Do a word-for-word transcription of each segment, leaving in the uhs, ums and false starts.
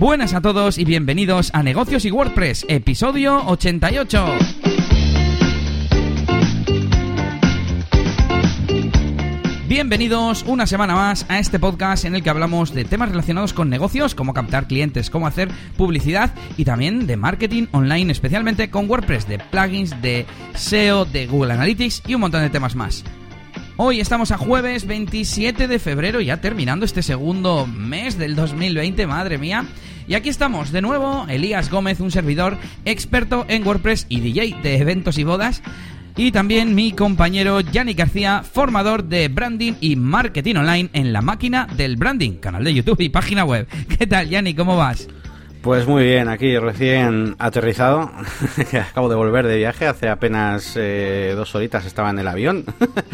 Buenas a todos y bienvenidos a Negocios y WordPress, episodio ochenta y ocho. Bienvenidos una semana más a este podcast en el que hablamos de temas relacionados con negocios, cómo captar clientes, cómo hacer publicidad y también de marketing online, especialmente con WordPress, de plugins, de S E O, de Google Analytics y un montón de temas más. Hoy estamos a jueves veintisiete de febrero, ya terminando este segundo mes del dos mil veinte, madre mía. Y aquí estamos de nuevo, Elías Gómez, un servidor experto en WordPress y D J de eventos y bodas. Y también mi compañero Yannick García, formador de branding y marketing online en La Máquina del Branding, canal de YouTube y página web. ¿Qué tal, Yannick? ¿Cómo vas? Pues muy bien, aquí recién aterrizado. Acabo de volver de viaje, hace apenas eh, dos horitas estaba en el avión.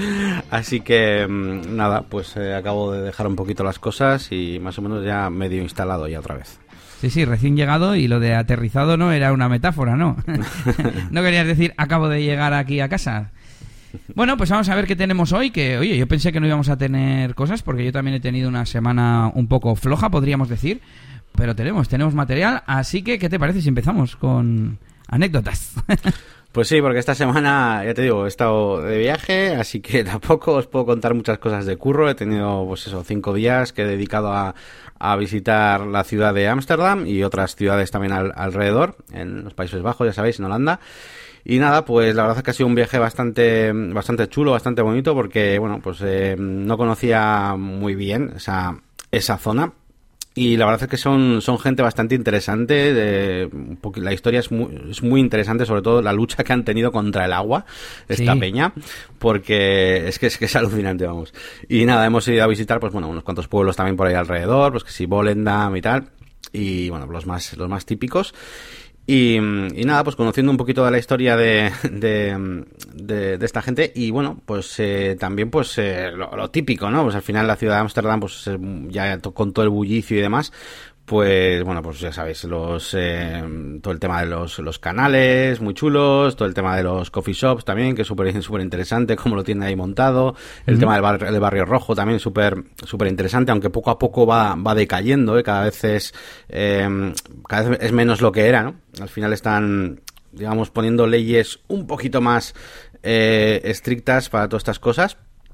Así que nada, pues eh, acabo de dejar un poquito las cosas y más o menos ya medio instalado ya otra vez. Sí, sí, recién llegado, y lo de aterrizado no era una metáfora, ¿no? No querías decir acabo de llegar aquí a casa. Bueno, pues vamos a ver qué tenemos hoy, que oye, yo pensé que no íbamos a tener cosas porque yo también he tenido una semana un poco floja, podríamos decir, pero tenemos, tenemos material, así que ¿qué te parece si empezamos con anécdotas? Pues sí, porque esta semana, ya te digo, he estado de viaje, así que tampoco os puedo contar muchas cosas de curro. He tenido, pues eso, cinco días que he dedicado a, a visitar la ciudad de Ámsterdam y otras ciudades también al, alrededor, en los Países Bajos, ya sabéis, en Holanda. Y nada, pues la verdad es que ha sido un viaje bastante bastante chulo, bastante bonito, porque, bueno, pues eh, no conocía muy bien esa, esa zona. Y la verdad es que son, son gente bastante interesante, de, porque la historia es muy, es muy interesante, sobre todo la lucha que han tenido contra el agua, esta sí. peña, porque es que, es que es alucinante, vamos. Y nada, hemos ido a visitar, pues bueno, unos cuantos pueblos también por ahí alrededor, pues que sí, Volendam y tal, y bueno, los más, los más típicos. Y, y nada, pues conociendo un poquito de la historia de, de, de, de esta gente y bueno, pues eh, también pues eh, lo, lo típico, ¿no? Pues al final la ciudad de Ámsterdam, pues eh, ya to, con todo el bullicio y demás, pues bueno, pues ya sabéis, los eh, todo el tema de los, los canales muy chulos, todo el tema de los coffee shops también, que es súper súper interesante cómo lo tienen ahí montado, el uh-huh. tema del, bar, del barrio rojo también súper súper interesante, aunque poco a poco va va decayendo, ¿eh? Cada vez es eh, cada vez es menos lo que era, ¿no? Al final están, digamos, poniendo leyes un poquito más eh, estrictas para todas estas cosas.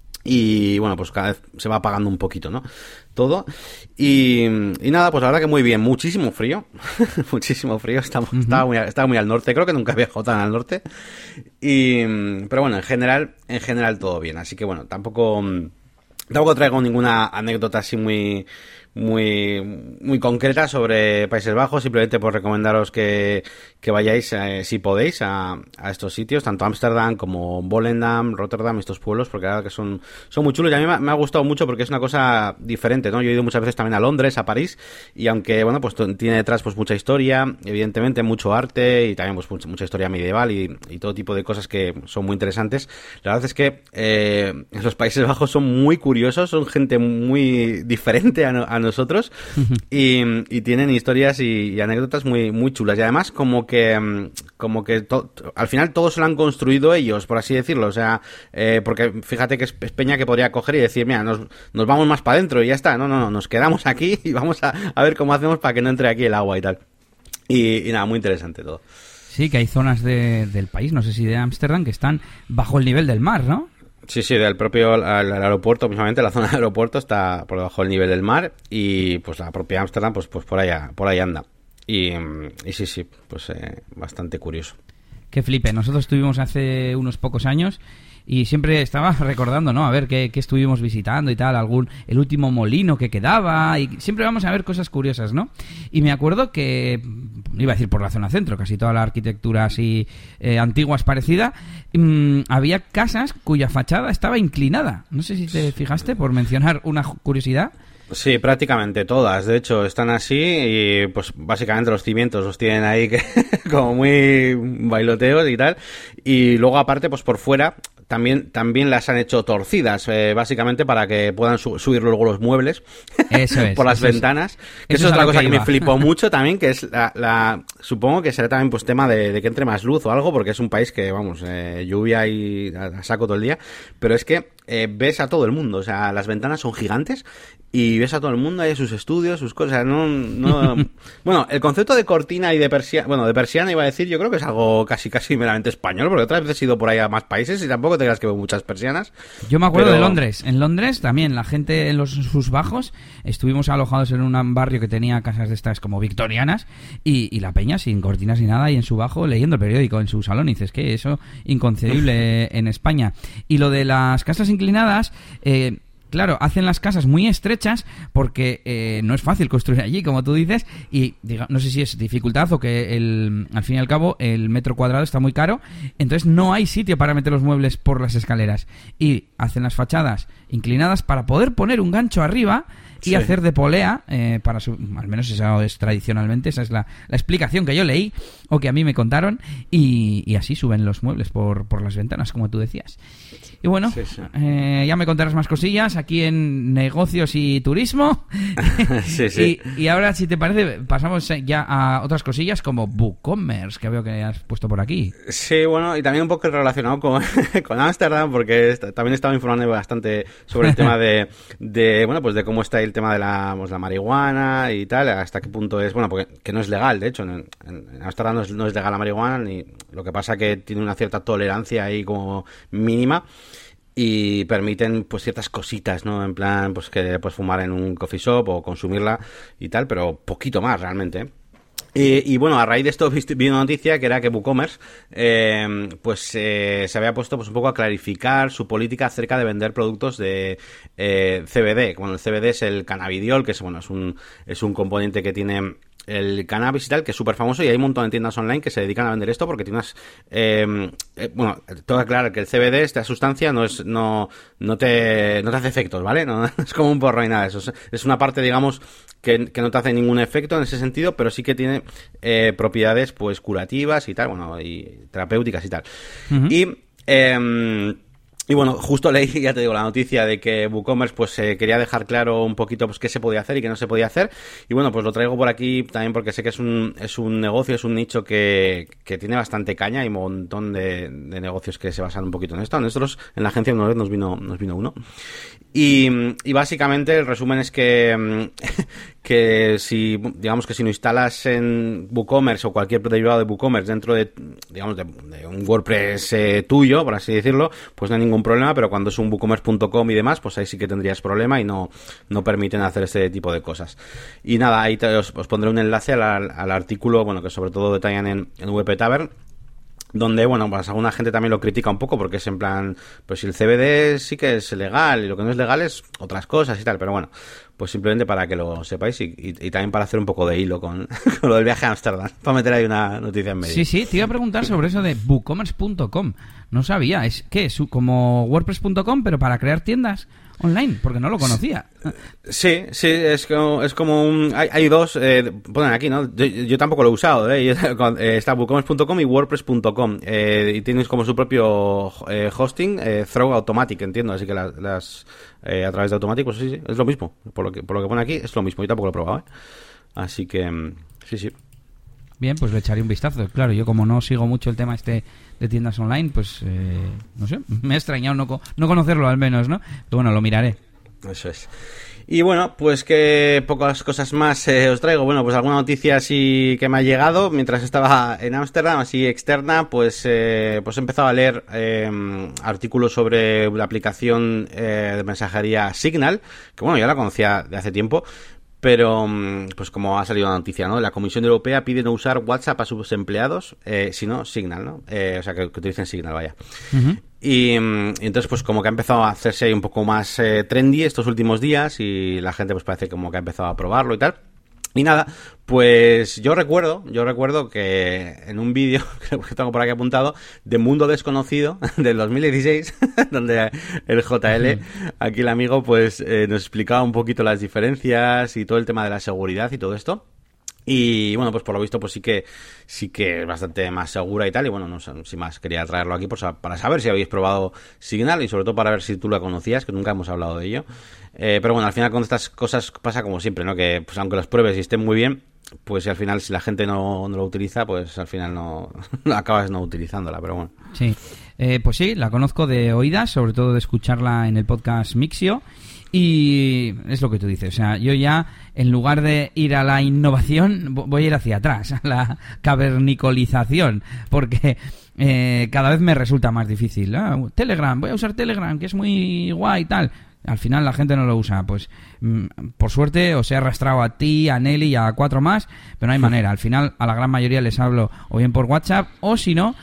Y bueno, pues cada vez se va apagando un poquito, ¿no? Todo. Y, y nada, pues la verdad que muy bien. Muchísimo frío. Muchísimo frío. Estaba, uh-huh. estaba, muy, estaba muy al norte. Creo que nunca había viajado tan al norte. Y, pero bueno, en general, en general todo bien. Así que bueno, tampoco, tampoco traigo ninguna anécdota así muy, muy, muy concreta sobre Países Bajos. Simplemente por recomendaros que, que vayáis, eh, si podéis, a, a estos sitios, tanto Ámsterdam como Volendam, Rotterdam, estos pueblos, porque la verdad que son, son muy chulos y a mí me, me ha gustado mucho porque es una cosa diferente, ¿no? Yo he ido muchas veces también a Londres, a París, y aunque, bueno, pues tiene detrás pues mucha historia, evidentemente mucho arte y también pues mucha, mucha historia medieval y, y todo tipo de cosas que son muy interesantes. La verdad es que eh, los Países Bajos son muy curiosos, son gente muy diferente a, no, a nosotros y, y tienen historias y, y anécdotas muy, muy chulas y además como que que como que to, al final todo se lo han construido ellos, por así decirlo, o sea, eh, porque fíjate que es, es peña que podría coger y decir, mira, nos, nos vamos más para adentro y ya está, no, no, no, nos quedamos aquí y vamos a, a ver cómo hacemos para que no entre aquí el agua y tal. Y, y nada, muy interesante todo. Sí, que hay zonas de, del país, no sé si de Ámsterdam, que están bajo el nivel del mar, ¿no? Sí, sí, del propio al, al aeropuerto, mismamente la zona del aeropuerto está por debajo del nivel del mar y pues la propia Ámsterdam pues, pues por allá, por ahí anda. Y, y sí, sí, pues eh, bastante curioso. Qué flipe. Nosotros estuvimos hace unos pocos años y siempre estaba recordando, ¿no? A ver qué, qué estuvimos visitando y tal, algún el último molino que quedaba y siempre vamos a ver cosas curiosas, ¿no? Y me acuerdo que, iba a decir por la zona centro, casi toda la arquitectura así eh, antigua es parecida, mmm, había casas cuya fachada estaba inclinada. No sé si te fijaste, por mencionar una curiosidad. Sí, prácticamente todas, de hecho están así y pues básicamente los cimientos los tienen ahí que como muy bailoteos y tal, y luego aparte pues por fuera también también las han hecho torcidas, eh, básicamente para que puedan su- subir luego los muebles eso es, por las eso ventanas. Es, que eso, eso es otra cosa que, que que me flipó mucho también, que es la, la supongo que será también pues tema de, de que entre más luz o algo, porque es un país que, vamos, eh, lluvia y a, a saco todo el día, pero es que eh, ves a todo el mundo. O sea, las ventanas son gigantes y ves a todo el mundo, hay sus estudios, sus cosas. No, no... Bueno, el concepto de cortina y de persiana, bueno, de persiana iba a decir, yo creo que es algo casi casi meramente español, porque otras veces he ido por ahí a más países y tampoco te creas que veo muchas persianas. Yo me acuerdo pero... de Londres. En Londres también, la gente en los sus bajos, estuvimos alojados en un barrio que tenía casas de estas como victorianas y, y la peña sin cortinas ni nada y en su bajo leyendo el periódico en su salón. Y dices que eso inconcebible en España. Y lo de las casas inclinadas... Eh, Claro, hacen las casas muy estrechas porque eh, no es fácil construir allí, como tú dices, y diga, no sé si es dificultad o que el, al fin y al cabo el metro cuadrado está muy caro, entonces no hay sitio para meter los muebles por las escaleras. Y hacen las fachadas inclinadas para poder poner un gancho arriba y sí. hacer de polea, eh, para su, al menos eso es tradicionalmente, esa es la, la explicación que yo leí o que a mí me contaron, y, y así suben los muebles por, por las ventanas, como tú decías. Y bueno, sí, sí. Eh, ya me contarás más cosillas aquí en Negocios y Turismo. sí, sí. Y, y ahora, si te parece, pasamos ya a otras cosillas como WooCommerce, que veo que has puesto por aquí. Sí, bueno, y también un poco relacionado con con Ámsterdam, porque est- también estaba informando bastante sobre el tema de, de, bueno, pues de cómo está el tema de la, pues, la marihuana y tal, hasta qué punto es, bueno, porque que no es legal, de hecho, en Ámsterdam no es, no es legal la marihuana, ni lo que pasa que tiene una cierta tolerancia ahí como mínima, y permiten pues ciertas cositas, ¿no? En plan, pues que puedes fumar en un coffee shop o consumirla y tal, pero poquito más realmente, ¿eh? Y, y bueno, a raíz de esto vi una noticia que era que WooCommerce eh, pues eh, se había puesto pues un poco a clarificar su política acerca de vender productos de eh, C B D. Bueno, el C B D es el cannabidiol, que es bueno es un es un componente que tiene el cannabis y tal, que es súper famoso, y hay un montón de tiendas online que se dedican a vender esto porque tiene unas... Eh, eh, bueno, tengo que aclarar que el C B D, esta sustancia, no es no no te no te hace efectos, ¿vale? No es como un porro y nada de eso. Es, es una parte, digamos, que, que no te hace ningún efecto en ese sentido, pero sí que tiene eh, propiedades, pues, curativas y tal, bueno, y terapéuticas y tal. Uh-huh. Y... Eh, Y bueno, justo leí, ya te digo, la noticia de que WooCommerce pues eh, quería dejar claro un poquito pues qué se podía hacer y qué no se podía hacer. Y bueno, pues lo traigo por aquí también porque sé que es un es un negocio, es un nicho que, que tiene bastante caña y un montón de, de negocios que se basan un poquito en esto. A nosotros en la agencia una vez nos vino nos vino uno. Y, y básicamente el resumen es que que si digamos que si no instalas en WooCommerce o cualquier derivado de WooCommerce dentro de digamos de, de un WordPress eh, tuyo, por así decirlo, pues no hay ningún problema, pero cuando es un WooCommerce punto com y demás, pues ahí sí que tendrías problema y no no permiten hacer este tipo de cosas. Y nada, ahí te, os, os pondré un enlace al, al artículo, bueno, que sobre todo detallan en, en W P Tavern, donde, bueno, pues alguna gente también lo critica un poco porque es en plan, pues si el C B D sí que es legal y lo que no es legal es otras cosas y tal, pero bueno, pues simplemente para que lo sepáis y, y, y también para hacer un poco de hilo con, con lo del viaje a Ámsterdam, para meter ahí una noticia en medio. Sí, sí, te iba a preguntar sobre eso de WooCommerce punto com. No sabía, ¿es qué? ¿Es como WordPress punto com pero para crear tiendas online? Porque no lo conocía. Sí, sí, es como, es como un... Hay, hay dos, eh, ponen aquí, ¿no? Yo, yo tampoco lo he usado, ¿eh? eh está WooCommerce punto com y WordPress punto com. Eh, y tienes como su propio eh, hosting, eh, Throw Automatic, entiendo. Así que las... las eh, a través de Automatic, pues sí, sí, es lo mismo. Por lo que, por lo que pone aquí, es lo mismo. Yo tampoco lo he probado, ¿eh? Así que, sí, sí. Bien, pues le echaré un vistazo. Claro, yo como no sigo mucho el tema este de tiendas online, pues, eh, no sé, me ha extrañado no, no conocerlo al menos, ¿no? Pero bueno, lo miraré. Eso es. Y bueno, pues que pocas cosas más eh, os traigo. Bueno, pues alguna noticia así que me ha llegado mientras estaba en Ámsterdam, así externa, pues eh, pues he empezado a leer eh, artículos sobre la aplicación eh, de mensajería Signal, que bueno, ya la conocía de hace tiempo, pero pues como ha salido la noticia, ¿no? La Comisión Europea pide no usar WhatsApp a sus empleados, eh, sino Signal, ¿no? Eh, o sea, que, que utilicen Signal, vaya. Uh-huh. Y, y entonces pues como que ha empezado a hacerse ahí un poco más eh, trendy estos últimos días y la gente pues parece como que ha empezado a probarlo y tal. Y nada, pues yo recuerdo, yo recuerdo que en un vídeo que tengo por aquí apuntado de Mundo Desconocido del dos mil dieciséis, donde el J L, aquí el amigo, pues eh, nos explicaba un poquito las diferencias y todo el tema de la seguridad y todo esto. Y bueno, pues por lo visto pues sí que sí que es bastante más segura y tal, y bueno, no sé, sin más, quería traerlo aquí por, para saber si habéis probado Signal y sobre todo para ver si tú la conocías, que nunca hemos hablado de ello. Eh, pero bueno, al final con estas cosas pasa como siempre, ¿no? Que pues aunque las pruebes y estén muy bien, pues al final si la gente no, no lo utiliza, pues al final no, no acabas no utilizándola, pero bueno. Sí. Eh, pues sí, la conozco de oídas, sobre todo de escucharla en el podcast Mixio. Y es lo que tú dices, o sea, yo ya, en lugar de ir a la innovación, voy a ir hacia atrás, a la cavernicolización, porque eh, cada vez me resulta más difícil. Ah, Telegram, voy a usar Telegram, que es muy guay y tal. Al final la gente no lo usa, pues mmm, por suerte os he arrastrado a ti, a Nelly y a cuatro más, pero no hay manera. Al final a la gran mayoría les hablo o bien por WhatsApp o si no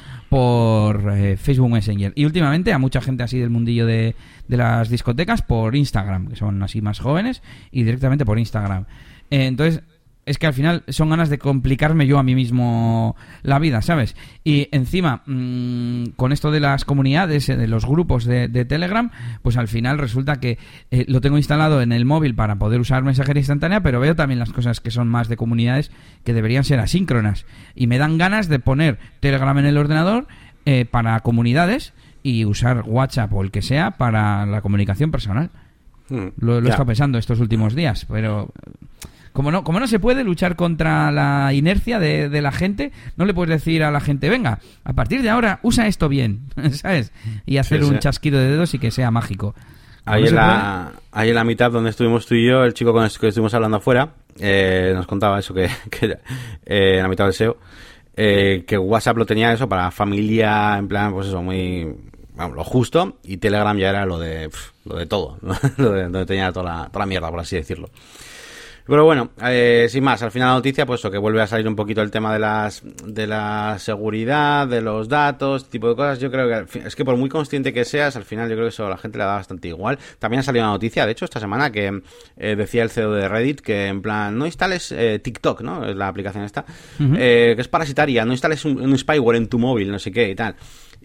por eh, Facebook Messenger. Y últimamente a mucha gente así del mundillo de, de las discotecas por Instagram, que son así más jóvenes, y directamente por Instagram. Eh, entonces, es que al final son ganas de complicarme yo a mí mismo la vida, ¿sabes? Y encima, mmm, con esto de las comunidades, de los grupos de, de Telegram, pues al final resulta que eh, lo tengo instalado en el móvil para poder usar mensajería instantánea, pero veo también las cosas que son más de comunidades que deberían ser asíncronas. Y me dan ganas de poner Telegram en el ordenador eh, para comunidades y usar WhatsApp o el que sea para la comunicación personal. Mm, lo lo he estado pensando estos últimos días, pero... Como no, como no se puede luchar contra la inercia de, de la gente, no le puedes decir a la gente, venga, a partir de ahora usa esto bien, ¿sabes? Y hacer sí, un sí. chasquido de dedos y que sea mágico. Ahí, no en la, ahí en la mitad donde estuvimos tú y yo, el chico con el que estuvimos hablando afuera, eh, nos contaba eso, que, que eh, en la mitad del S E O, eh, que WhatsApp lo tenía eso para familia, en plan, pues eso, muy... Bueno, lo justo, y Telegram ya era lo de pff, lo de todo, ¿no? Lo de, donde tenía toda la, toda la mierda, por así decirlo. Pero bueno, eh, sin más, al final la noticia, pues eso, que vuelve a salir un poquito el tema de las de la seguridad, de los datos, tipo de cosas. Yo creo que es que por muy consciente que seas, al final yo creo que eso a la gente le da bastante igual. También ha salido una noticia, de hecho, esta semana, que eh, decía el C E O de Reddit que en plan, no instales eh, TikTok, ¿no? Es la aplicación esta, uh-huh. eh, que es parasitaria, no instales un, un spyware en tu móvil, no sé qué y tal.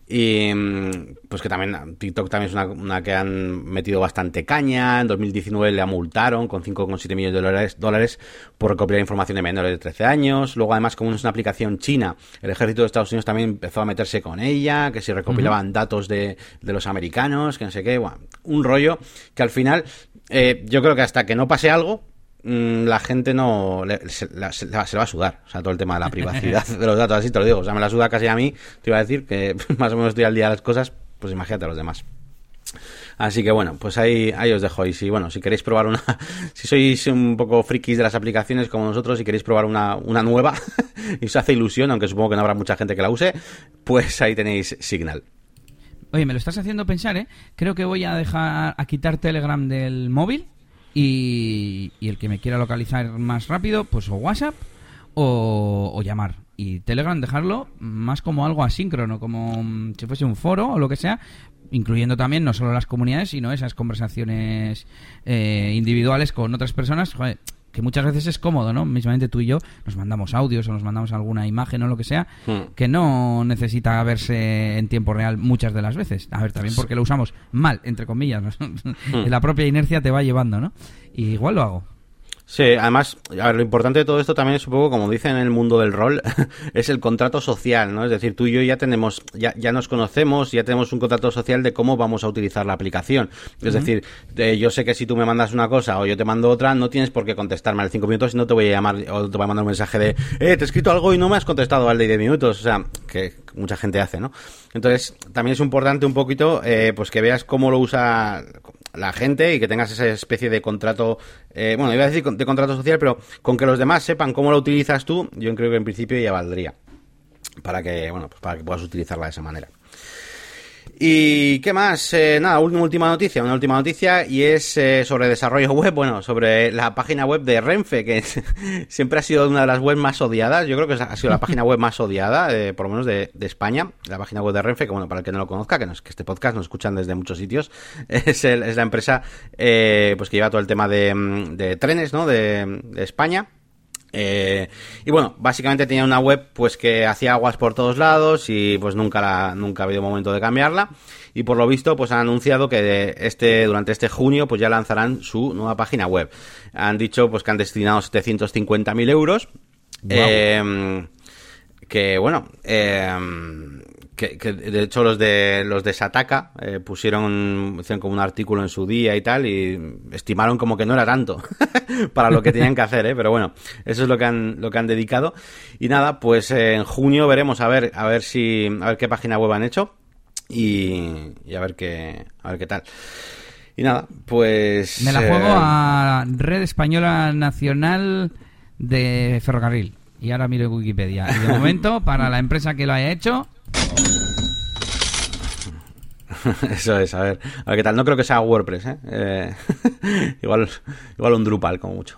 Y pues que también TikTok también es una, una que han metido bastante caña. En dos mil diecinueve le multaron con cinco coma siete millones de dólares, dólares por recopilar información de menores de trece años. Luego además, como es una aplicación china, el ejército de Estados Unidos también empezó a meterse con ella, que si recopilaban uh-huh. datos de, de los americanos, que no sé qué, bueno, un rollo que al final eh, yo creo que hasta que no pase algo, la gente no le, se, la, se, la, se la va a sudar, o sea, todo el tema de la privacidad de los datos, así te lo digo, o sea, me la suda casi a mí. Te iba a decir que más o menos estoy al día de las cosas, pues imagínate a los demás. Así que bueno, pues ahí, ahí os dejo. Y si, bueno, si queréis probar una, si sois un poco frikis de las aplicaciones como nosotros, si queréis probar una, una nueva y os hace ilusión, aunque supongo que no habrá mucha gente que la use, pues ahí tenéis Signal. Oye, me lo estás haciendo pensar, ¿eh? Creo que voy a dejar, a quitar Telegram del móvil. Y, y el que me quiera localizar más rápido, pues o WhatsApp o, o llamar. Y Telegram dejarlo más como algo asíncrono, como si fuese un foro o lo que sea, incluyendo también no solo las comunidades, sino esas conversaciones eh, individuales con otras personas. Joder, que muchas veces es cómodo, ¿no? Mismamente tú y yo nos mandamos audios o nos mandamos alguna imagen o lo que sea, mm. que no necesita verse en tiempo real muchas de las veces. A ver, también porque lo usamos mal, entre comillas, ¿no? mm. La propia inercia te va llevando, ¿no? Y igual lo hago. Sí, además, a ver, lo importante de todo esto también es un poco, como dicen en el mundo del rol, es el contrato social, ¿no? Es decir, tú y yo ya tenemos, ya, ya nos conocemos, ya tenemos un contrato social de cómo vamos a utilizar la aplicación. Es uh-huh. decir, eh, yo sé que si tú me mandas una cosa o yo te mando otra, no tienes por qué contestarme al cinco minutos y no te voy a llamar o te voy a mandar un mensaje de, eh, te he escrito algo y no me has contestado al de diez minutos. O sea, que mucha gente hace, ¿no? Entonces, también es importante un poquito, eh, pues que veas cómo lo usa la gente y que tengas esa especie de contrato, eh, bueno, iba a decir de contrato social, pero con que los demás sepan cómo lo utilizas tú, yo creo que en principio ya valdría para que, bueno, pues para que puedas utilizarla de esa manera. ¿Y qué más? Eh, nada, última, última noticia, una última noticia y es eh, sobre desarrollo web, bueno, sobre la página web de Renfe, que es, siempre ha sido una de las webs más odiadas. Yo creo que ha sido la página web más odiada, eh, por lo menos de, de España, la página web de Renfe, que bueno, para el que no lo conozca, que, no es, que este podcast nos escuchan desde muchos sitios, es, el, es la empresa eh, pues que lleva todo el tema de, de trenes, ¿no? de, de España. Eh, y bueno, básicamente tenía una web pues que hacía aguas por todos lados y pues nunca la, nunca ha habido momento de cambiarla, y por lo visto pues han anunciado que de este durante este junio pues ya lanzarán su nueva página web. Han dicho pues que han destinado setecientos cincuenta mil euros. Wow. eh, que bueno, eh, que, que de hecho los de los de Sataka eh, pusieron, hicieron como un artículo en su día y tal, y estimaron como que no era tanto para lo que tenían que hacer, ¿eh? Pero bueno, eso es lo que han lo que han dedicado. Y nada, pues eh, en junio veremos a ver a ver si a ver qué página web han hecho. y, y a ver qué a ver qué tal. Y nada, pues... Me la juego eh... a Red Española Nacional de Ferrocarril. Y ahora miro Wikipedia. Y de momento, para la empresa que lo haya hecho... Eso es, a ver, a ver qué tal. No creo que sea WordPress, ¿eh? eh igual, igual un Drupal, como mucho.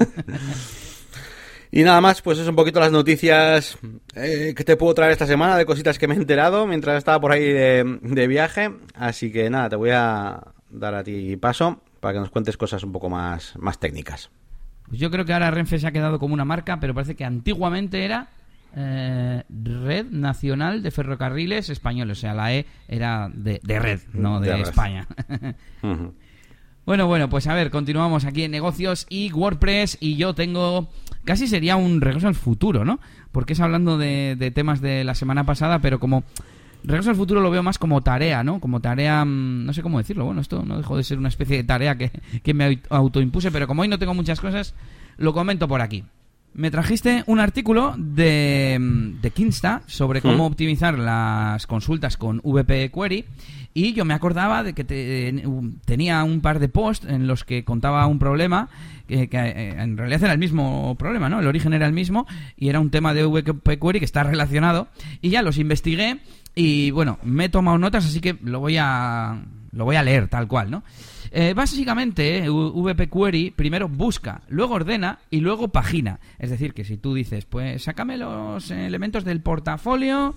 Y nada más, pues es un poquito las noticias eh, que te puedo traer esta semana, de cositas que me he enterado mientras estaba por ahí de, de viaje. Así que nada, te voy a dar a ti paso para que nos cuentes cosas un poco más, más técnicas. Pues yo creo que ahora Renfe se ha quedado como una marca, pero parece que antiguamente era eh, Red Nacional de Ferrocarriles Españoles. O sea, la E era de, de Red, no de, de España. Uh-huh. Bueno, bueno, pues a ver, continuamos aquí en negocios y WordPress, y yo tengo... Casi sería un regreso al futuro, ¿no? Porque es hablando de, de temas de la semana pasada, pero como... Regreso al futuro lo veo más como tarea, ¿no? Como tarea... No sé cómo decirlo. Bueno, esto no dejó de ser una especie de tarea que, que me autoimpuse, pero como hoy no tengo muchas cosas, lo comento por aquí. Me trajiste un artículo de, de Kinsta sobre cómo ¿Mm? optimizar las consultas con V P Query, y yo me acordaba de que te, tenía un par de posts en los que contaba un problema que, que en realidad era el mismo problema, ¿no? El origen era el mismo y era un tema de V P Query que está relacionado, y ya los investigué y bueno, me he tomado notas, así que lo voy a lo voy a leer tal cual, ¿no? Eh, básicamente, eh, V P Query primero busca, luego ordena y luego pagina. Es decir, que si tú dices, pues sácame los elementos del portafolio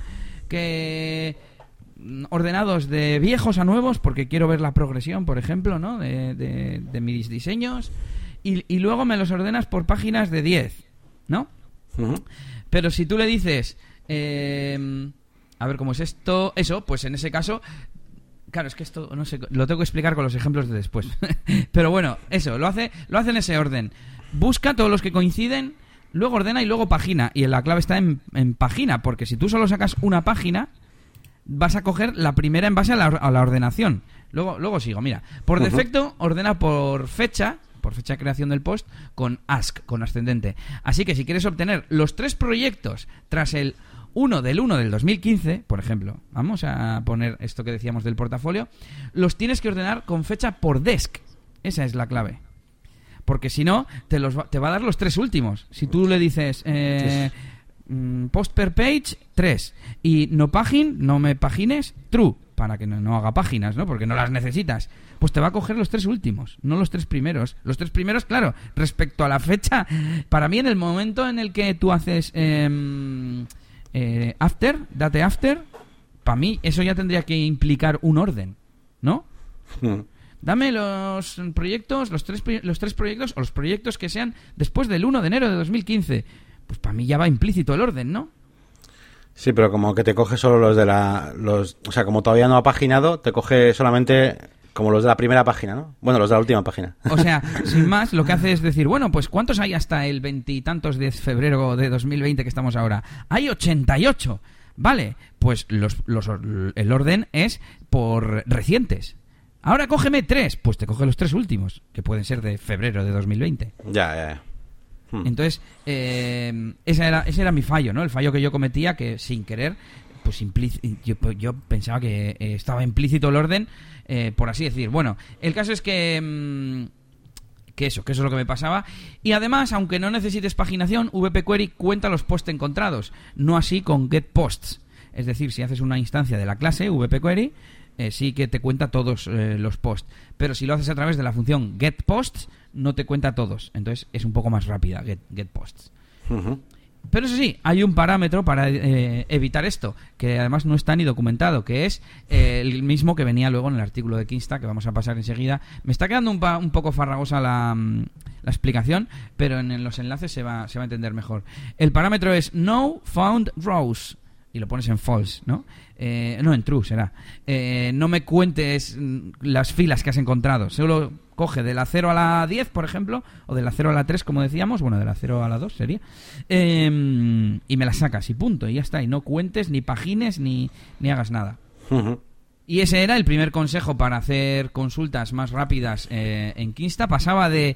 que ordenados de viejos a nuevos, porque quiero ver la progresión, por ejemplo, ¿no? De, de, de mis diseños, y, y luego me los ordenas por páginas de diez, ¿no? Uh-huh. Pero si tú le dices, eh, a ver cómo es esto, eso, pues en ese caso... Claro, es que esto, no sé, lo tengo que explicar con los ejemplos de después. Pero bueno, eso, lo hace lo hace en ese orden. Busca todos los que coinciden, luego ordena y luego pagina. Y la clave está en, en pagina, porque si tú solo sacas una página, vas a coger la primera en base a la, a la ordenación. Luego luego sigo, mira. Por defecto, ordena por fecha, por fecha de creación del post, con ask, con ascendente. Así que si quieres obtener los tres proyectos tras el uno del uno del dos mil quince, por ejemplo, vamos a poner esto que decíamos del portafolio, los tienes que ordenar con fecha por desk. Esa es la clave. Porque si no, te, los va, te va a dar los tres últimos. Si tú le dices eh, post per page, tres, y no pagin, no me pagines, true, para que no, no haga páginas, ¿no? Porque no las necesitas. Pues te va a coger los tres últimos, no los tres primeros. Los tres primeros, claro, respecto a la fecha, para mí en el momento en el que tú haces... Eh, Eh, after, date after, para mí eso ya tendría que implicar un orden, ¿no? Mm. Dame los proyectos, los tres, los tres proyectos o los proyectos que sean después del uno de enero de dos mil quince. Pues para mí ya va implícito el orden, ¿no? Sí, pero como que te coge solo los de la... los, o sea, como todavía no ha paginado, te coge solamente... Como los de la primera página, ¿no? Bueno, los de la última página. O sea, sin más, lo que hace es decir, bueno, pues ¿cuántos hay hasta el veintitantos de febrero de dos mil veinte que estamos ahora? Hay ochenta y ocho. Vale, pues los, los, el orden es por recientes. Ahora cógeme tres. Pues te coge los tres últimos, que pueden ser de febrero de dos mil veinte. Ya, ya, ya. Hmm. Entonces, eh, ese era, ese era mi fallo, ¿no? El fallo que yo cometía, que sin querer... pues implícito, yo, yo pensaba que eh, estaba implícito el orden, eh, por así decir. Bueno, el caso es que mmm, que eso, que eso es lo que me pasaba. Y además, aunque no necesites paginación, V P Query cuenta los posts encontrados, no así con getPosts. Es decir, si haces una instancia de la clase V P Query, eh, sí que te cuenta todos eh, los posts. Pero si lo haces a través de la función getPosts, no te cuenta todos. Entonces es un poco más rápida get, getPosts. Uh-huh. Pero eso sí, hay un parámetro para eh, evitar esto, que además no está ni documentado, que es eh, el mismo que venía luego en el artículo de Kinsta, que vamos a pasar enseguida. Me está quedando un, pa- un poco farragosa la, la explicación, pero en, en los enlaces se va, se va a entender mejor. El parámetro es no found rows, y lo pones en false, ¿no? Eh, no, en true será. Eh, no me cuentes las filas que has encontrado, solo coge de la cero a la diez, por ejemplo, o de la cero a la tres, como decíamos, bueno, de la cero a la dos sería, eh, y me la sacas y punto, y ya está, y no cuentes, ni pagines, ni, ni hagas nada. Uh-huh. Y ese era el primer consejo para hacer consultas más rápidas eh, en Kinsta. Pasaba de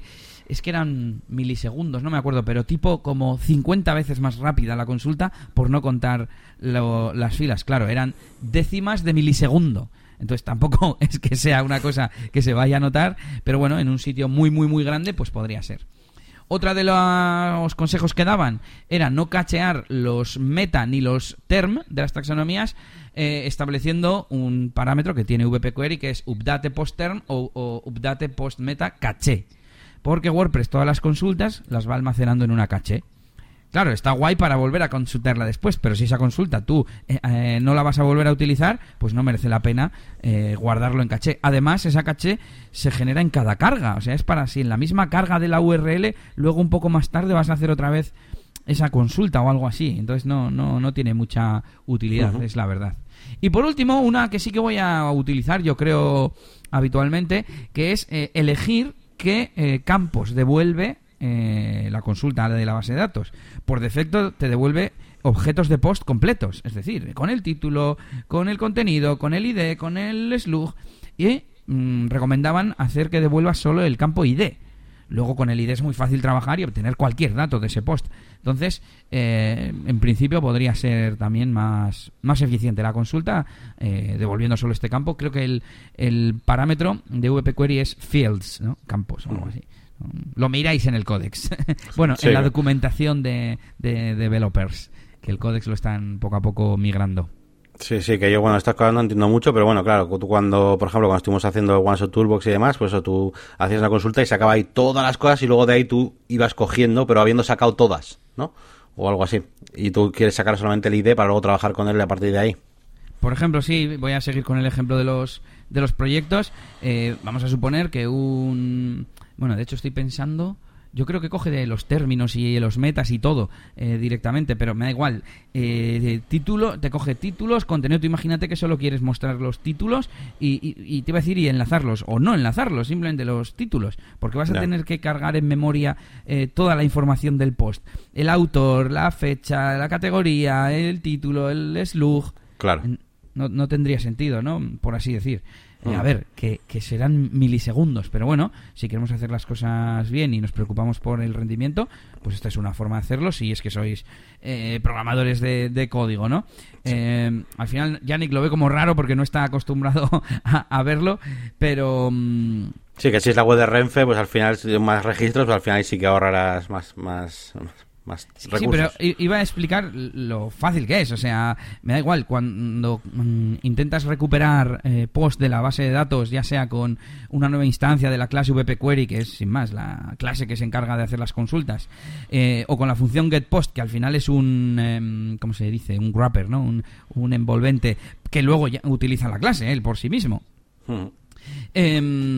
es que eran milisegundos, no me acuerdo, pero tipo como cincuenta veces más rápida la consulta, por no contar lo, las filas. Claro, eran décimas de milisegundo. Entonces tampoco es que sea una cosa que se vaya a notar, pero bueno, en un sitio muy, muy, muy grande, pues podría ser. Otra de los consejos que daban era no cachear los meta ni los term de las taxonomías, eh, estableciendo un parámetro que tiene V P Query, que es update post term o, o update post meta caché. Porque WordPress todas las consultas las va almacenando en una caché. Claro, está guay para volver a consultarla después, pero si esa consulta tú eh, eh, no la vas a volver a utilizar, pues no merece la pena eh, guardarlo en caché. Además, esa caché se genera en cada carga, o sea, es para si en la misma carga de la U R L, luego un poco más tarde vas a hacer otra vez esa consulta o algo así. Entonces no, no, no tiene mucha utilidad, uh-huh. es la verdad. Y por último, una que sí que voy a utilizar, yo creo, habitualmente, que es eh, elegir qué eh, campos devuelve Eh, la consulta de la base de datos. Por defecto te devuelve objetos de post completos, es decir, con el título, con el contenido, con el I D, con el slug, y mmm, recomendaban hacer que devuelva solo el campo I D. Luego con el I D es muy fácil trabajar y obtener cualquier dato de ese post. Entonces, eh, en principio podría ser también más, más eficiente la consulta eh, devolviendo solo este campo. Creo que el, el parámetro de V P Query es fields, ¿no? Campos o algo así. Lo miráis en el códex. Bueno, sí. En la documentación de, de, de developers, que el códex lo están poco a poco migrando. Sí, sí, que yo, bueno, estas cosas no entiendo mucho, pero bueno, claro, tú cuando, por ejemplo, cuando estuvimos haciendo OneShot Toolbox y demás, pues eso, tú hacías una consulta y sacaba ahí todas las cosas y luego de ahí tú ibas cogiendo, pero habiendo sacado todas, ¿no? O algo así. Y tú quieres sacar solamente el I D para luego trabajar con él a partir de ahí. Por ejemplo, sí, voy a seguir con el ejemplo de los de los proyectos. Eh, vamos a suponer que un... Bueno, de hecho estoy pensando... Yo creo que coge de los términos y los metas y todo eh, directamente, pero me da igual. Eh, título, te coge títulos, contenido. Tú imagínate que solo quieres mostrar los títulos y, y, y te iba a decir y enlazarlos o no enlazarlos, simplemente los títulos, porque vas a no. tener que cargar en memoria eh, toda la información del post. El autor, la fecha, la categoría, el título, el slug. Claro. No, no tendría sentido, ¿no? Por así decir. Eh, a ver, que, que serán milisegundos, pero bueno, si queremos hacer las cosas bien y nos preocupamos por el rendimiento, pues esta es una forma de hacerlo si es que sois eh, programadores de, de código, ¿no? Sí. Eh, al final, Yannick lo ve como raro porque no está acostumbrado a, a verlo, pero... Mmm... Sí, que si es la web de Renfe, pues al final, más registros, pues al final sí que ahorrarás más... más... más recursos. Sí, pero iba a explicar lo fácil que es. O sea, me da igual cuando mm, intentas recuperar eh, post de la base de datos, ya sea con una nueva instancia de la clase V P Query, que es sin más la clase que se encarga de hacer las consultas, eh, o con la función getPost, que al final es un eh, ¿cómo se dice? Un wrapper, ¿no? Un, un envolvente que luego ya utiliza la clase él por sí mismo. Hmm. Eh,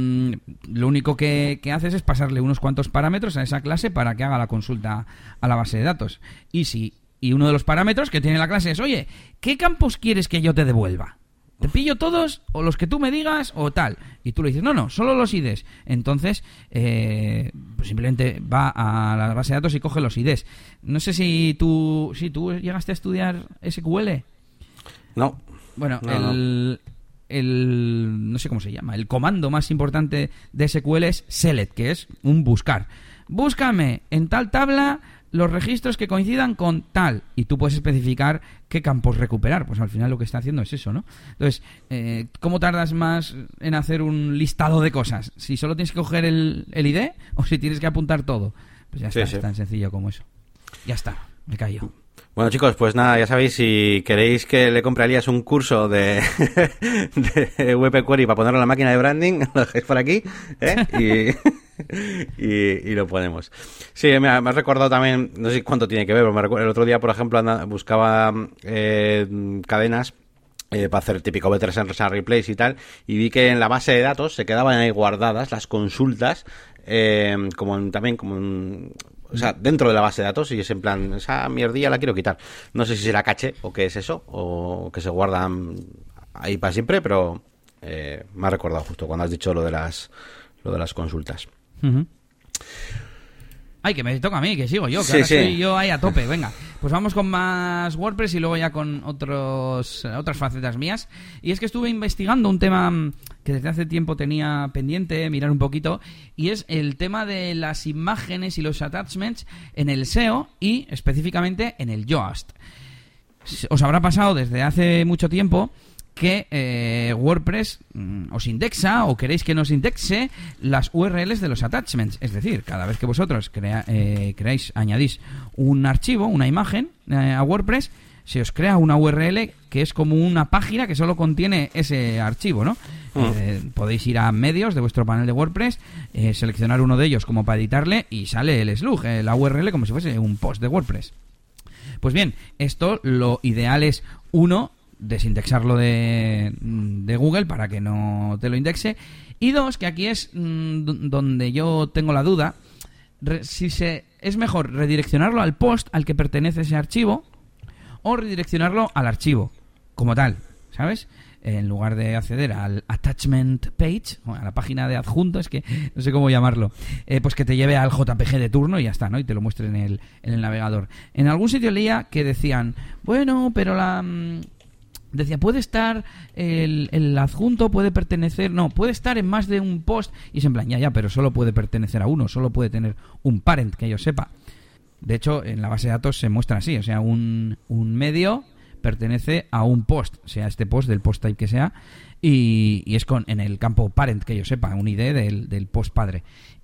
lo único que, que haces es pasarle unos cuantos parámetros a esa clase para que haga la consulta a la base de datos. Y si y uno de los parámetros que tiene la clase es, oye, ¿qué campos quieres que yo te devuelva? ¿Te pillo todos o los que tú me digas o tal? Y tú le dices, no, no, solo los I Ds. Entonces, eh, pues simplemente va a la base de datos y coge los I Ds. No sé si tú, si tú llegaste a estudiar S Q L. No. Bueno, no, el... No. el no sé cómo se llama, el comando más importante de S Q L es select, que es un buscar. Búscame en tal tabla los registros que coincidan con tal, y tú puedes especificar qué campos recuperar. Pues al final lo que está haciendo es eso, ¿no? Entonces, eh, ¿cómo tardas más en hacer un listado de cosas? Si solo tienes que coger el, el I D o si tienes que apuntar todo. Pues ya sí, está, sí. Es tan sencillo como eso. Ya está, me callo. Bueno, chicos, pues nada, ya sabéis, si queréis que le compre a Elías un curso de, de W P Query para ponerlo en la máquina de branding, lo dejéis por aquí, ¿eh? Y, y, y lo ponemos. Sí, me ha, me ha recordado también, no sé cuánto tiene que ver, pero me recuerdo, el otro día, por ejemplo, anda, buscaba eh, cadenas eh, para hacer el típico B tres en Replace y tal, y vi que en la base de datos se quedaban ahí guardadas las consultas, eh, como en, también como en... O sea, dentro de la base de datos, y es en plan, esa mierdilla la quiero quitar. No sé si será caché o qué es eso, o que se guardan ahí para siempre, pero eh, me ha recordado justo cuando has dicho lo de las lo de las consultas. Uh-huh. Ay, que me toca a mí, que sigo yo, que sí, ahora sí. soy yo ahí a tope, venga. Pues vamos con más WordPress y luego ya con otros otras facetas mías. Y es que estuve investigando un tema que desde hace tiempo tenía pendiente, mirar un poquito, y es el tema de las imágenes y los attachments en el S E O y específicamente en el Yoast. Os habrá pasado desde hace mucho tiempo que eh, WordPress mm, os indexa o queréis que nos indexe las U R Ls de los attachments. Es decir, cada vez que vosotros crea, eh, creáis, añadís un archivo, una imagen eh, a WordPress, se os crea una U R L que es como una página que solo contiene ese archivo, ¿no? Mm. Eh, podéis ir a medios de vuestro panel de WordPress, eh, seleccionar uno de ellos como para editarle y sale el slug, eh, la U R L como si fuese un post de WordPress. Pues bien, esto lo ideal es, uno, desindexarlo de, de Google para que no te lo indexe, y dos, que aquí es mmm, donde yo tengo la duda, re, si se es mejor redireccionarlo al post al que pertenece ese archivo o redireccionarlo al archivo como tal, ¿sabes? En lugar de acceder al attachment page, a la página de adjunto, es que no sé cómo llamarlo, eh, pues que te lleve al J P G de turno y ya está, ¿no? Y te lo muestre en el, en el navegador. En algún sitio leía que decían, bueno, pero la... Decía, puede estar el, el adjunto, puede pertenecer... No, puede estar en más de un post. Y es en plan, ya, ya, pero solo puede pertenecer a uno. Solo puede tener un parent, que yo sepa. De hecho, en la base de datos se muestra así. O sea, un, un medio pertenece a un post. O sea, este post del post type que sea. Y, y es con en el campo parent, que yo sepa. Un I D del, del post padre.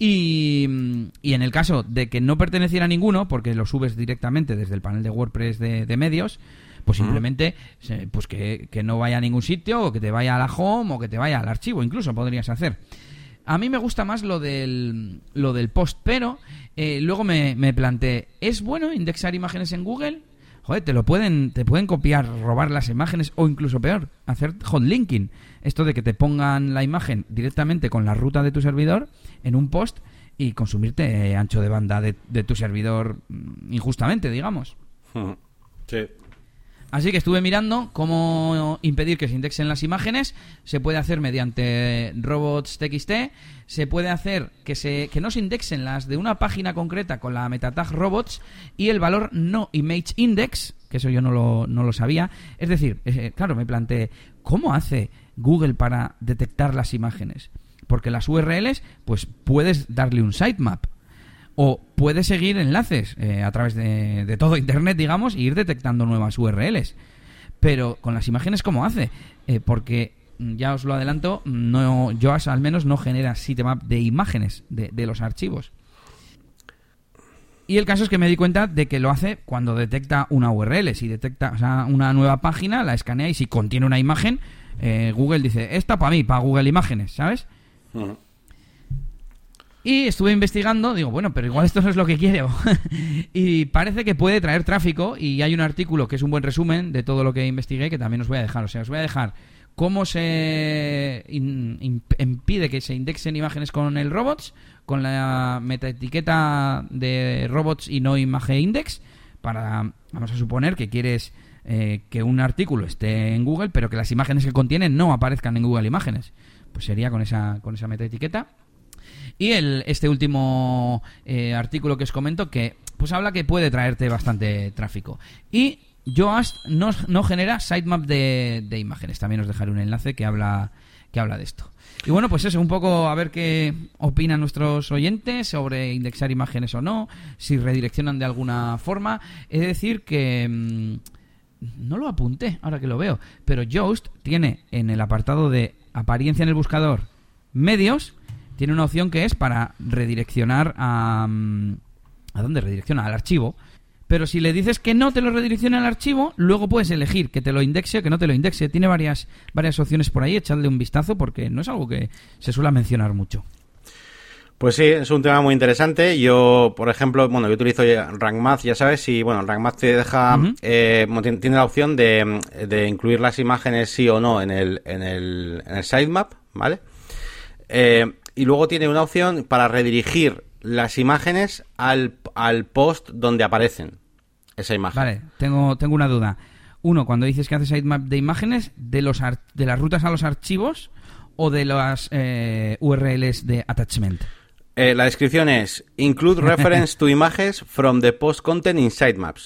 Y, y en el caso de que no perteneciera a ninguno, porque lo subes directamente desde el panel de WordPress de, de medios... Pues simplemente pues que, que no vaya a ningún sitio, o que te vaya a la home, o que te vaya al archivo, incluso podrías hacer. A mí me gusta más lo del, lo del post, pero eh, luego me, me planteé, ¿es bueno indexar imágenes en Google? Joder, te lo pueden, te pueden copiar, robar las imágenes, o incluso peor, hacer hot linking. Esto de que te pongan la imagen directamente con la ruta de tu servidor en un post y consumirte eh, ancho de banda de, de tu servidor injustamente, digamos. Sí. Así que estuve mirando cómo impedir que se indexen las imágenes. Se puede hacer mediante robots.txt. Se puede hacer que se que no se indexen las de una página concreta con la metatag robots y el valor no image index, que eso yo no lo, no lo sabía. Es decir, eh, claro, me planteé, ¿cómo hace Google para detectar las imágenes? Porque las U R Ls, pues puedes darle un sitemap. O puedes seguir enlaces eh, a través de, de todo Internet, digamos, e ir detectando nuevas U R Ls. Pero con las imágenes, ¿cómo hace? Eh, porque, ya os lo adelanto, no, Yoast al menos no genera sitemap de imágenes de, de los archivos. Y el caso es que me di cuenta de que lo hace cuando detecta una U R L. Si detecta, o sea, una nueva página, la escanea y si contiene una imagen, eh, Google dice, esta para mí, para Google Imágenes, ¿sabes? Uh-huh. Y estuve investigando, digo, bueno, pero igual esto no es lo que quiero. Y parece que puede traer tráfico, y hay un artículo que es un buen resumen de todo lo que investigué que también os voy a dejar. O sea, os voy a dejar cómo se in, in, impide que se indexen imágenes con el robots, con la metaetiqueta de robots y no image index, para, vamos a suponer que quieres eh, que un artículo esté en Google, pero que las imágenes que contiene no aparezcan en Google Imágenes. Pues sería con esa, con esa metaetiqueta. Y el, este último eh, artículo que os comento, que pues habla que puede traerte bastante tráfico. Y Yoast no, no genera sitemap de, de imágenes. También os dejaré un enlace que habla, que habla de esto. Y bueno, pues eso, un poco a ver qué opinan nuestros oyentes sobre indexar imágenes o no, si redireccionan de alguna forma. He de decir que... Mmm, no lo apunté, ahora que lo veo, pero Yoast tiene en el apartado de apariencia en el buscador medios... Tiene una opción que es para redireccionar a... ¿A dónde redirecciona? Al archivo. Pero si le dices que no te lo redirecciona al archivo, luego puedes elegir que te lo indexe o que no te lo indexe. Tiene varias varias opciones por ahí, echadle un vistazo porque no es algo que se suele mencionar mucho. Pues sí, es un tema muy interesante. Yo, por ejemplo, bueno, yo utilizo Rank Math, ya sabes, y bueno, Rank Math te deja, uh-huh. eh, tiene la opción de, de incluir las imágenes sí o no en el, en el, en el sitemap, ¿vale? Eh... Y luego tiene una opción para redirigir las imágenes al, al post donde aparecen esa imagen. Vale, tengo, tengo una duda. Uno, cuando dices que haces sitemap de imágenes, ¿de los ar- de las rutas a los archivos o de las eh, U R Ls de attachment? Eh, la descripción es Include reference to images from the post content in sitemaps.